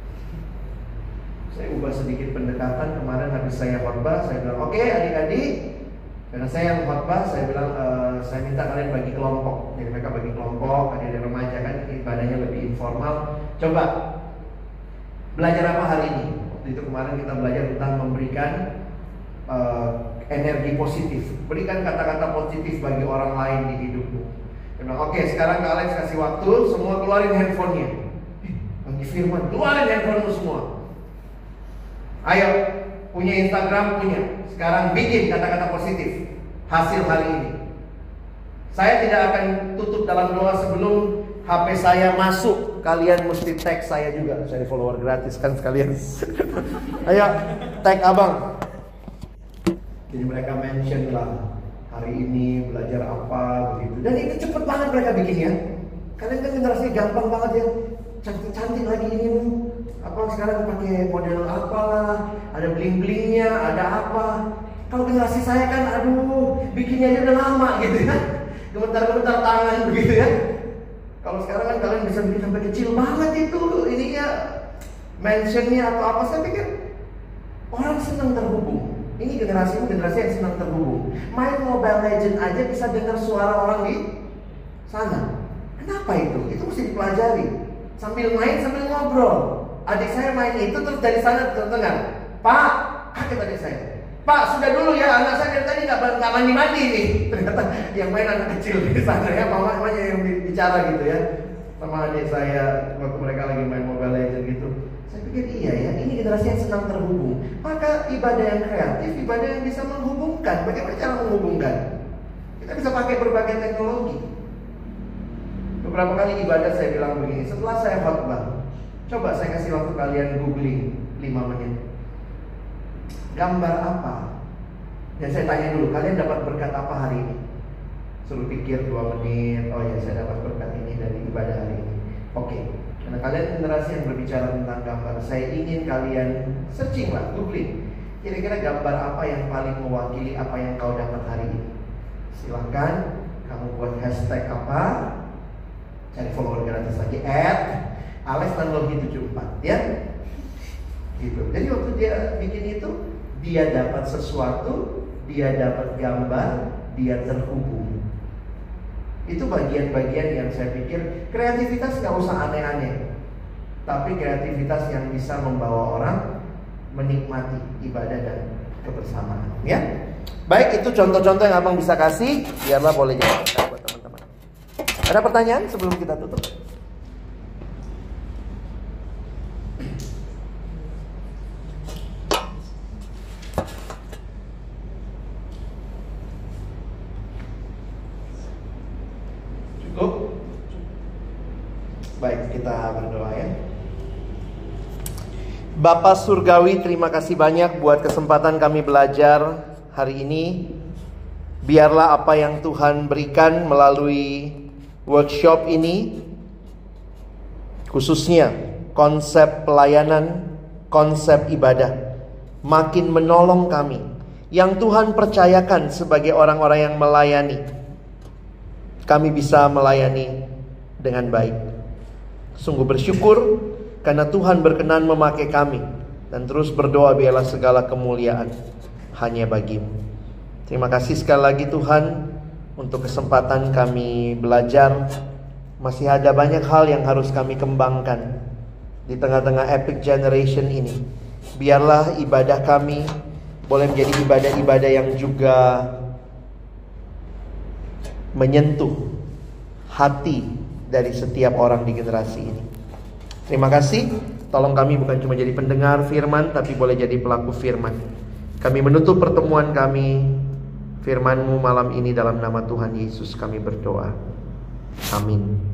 Saya ubah sedikit pendekatan. Kemarin habis saya khotbah, saya bilang, oke okay, adik-adik, karena saya yang khotbah, saya bilang, e, saya minta kalian bagi kelompok. Jadi mereka bagi kelompok, adik-adik remaja kan, ibadahnya lebih informal. Coba belajar apa hari ini? Waktu itu kemarin kita belajar tentang memberikan uh, energi positif. Berikan kata-kata positif bagi orang lain di hidupmu. Saya bilang, oke okay, sekarang Kak Alex kasih waktu, semua keluarin handphonenya. Bagi firman, keluarin handphonemu semua. Ayo, punya Instagram, punya. Sekarang bikin kata-kata positif hasil hari ini. Saya tidak akan tutup dalam doa sebelum H P saya masuk. Kalian mesti tag saya juga. Saya follower gratis kan sekalian. Ayo, tag abang. Jadi mereka mention lah hari ini belajar apa begitu. Dan itu cepet banget mereka bikinnya. Kalian kan generasi gampang banget ya. Cantik-cantik lagi ini. Apa sekarang pakai model apalah, ada bling-blingnya, ada apa. Kalau generasi saya kan aduh, bikinnya aja udah lama gitu ya. Gemetar-gemetar tangan begitu ya. Kalau sekarang kan kalian bisa bikin sampai kecil banget itu ininya, mentionnya atau apa. Saya pikir orang senang terhubung. Ini generasi generasi yang senang terhubung. Main Mobile Legend aja bisa dengar suara orang di sana. Kenapa itu? Itu mesti dipelajari. Sambil main sambil ngobrol. Adik saya main itu terus dari sana terdengar, Pak, kaget adik saya. Pak, sudah dulu ya, anak saya dari tadi nggak mandi-mandi nih. Ternyata yang main anak kecil di sana ya, mama-mamanya yang bicara gitu ya. Sama adik saya waktu mereka lagi main Mobile Legends gitu. Saya pikir iya ya, ini generasi yang senang terhubung. Maka ibadah yang kreatif, ibadah yang bisa menghubungkan. Bagaimana cara menghubungkan? Kita bisa pakai berbagai teknologi. Beberapa kali ibadah saya bilang begini, setelah saya khotbah, coba saya kasih waktu kalian googling lima menit. Gambar apa? Dan saya tanya dulu, kalian dapat berkat apa hari ini? Suruh pikir dua menit. Oh ya, saya dapat berkat ini dari ibadah hari ini. Oke, karena kalian generasi yang berbicara tentang gambar, saya ingin kalian searching lah, googling. Kira-kira gambar apa yang paling mewakili apa yang kau dapat hari ini? Silahkan kamu buat hashtag apa, cari follower gratis lagi, at Alex Nanlogi tujuh puluh empat, ya. Gitu. Jadi waktu dia bikin itu, dia dapat sesuatu, dia dapat gambar, dia terhubung. Itu bagian-bagian yang saya pikir kreativitas nggak usah aneh-aneh, tapi kreativitas yang bisa membawa orang menikmati ibadah dan kebersamaan. Ya, baik, itu contoh-contoh yang abang bisa kasih. Biarlah boleh jawab buat teman-teman. Ada pertanyaan sebelum kita tutup? Baik, kita berdoa ya. Bapa Surgawi, terima kasih banyak buat kesempatan kami belajar hari ini. Biarlah apa yang Tuhan berikan melalui workshop ini, khususnya konsep pelayanan, konsep ibadah, makin menolong kami. Yang Tuhan percayakan sebagai orang-orang yang melayani, kami bisa melayani dengan baik. Sungguh bersyukur karena Tuhan berkenan memakai kami, dan terus berdoa biarlah segala kemuliaan hanya bagimu. Terima kasih sekali lagi Tuhan untuk kesempatan kami belajar. Masih ada banyak hal yang harus kami kembangkan di tengah-tengah epic generation ini. Biarlah ibadah kami boleh menjadi ibadah-ibadah yang juga menyentuh hati dari setiap orang di generasi ini. Terima kasih. Tolong kami bukan cuma jadi pendengar firman, tapi boleh jadi pelaku firman. Kami menutup pertemuan kami, firman-Mu malam ini dalam nama Tuhan Yesus kami berdoa. Amin.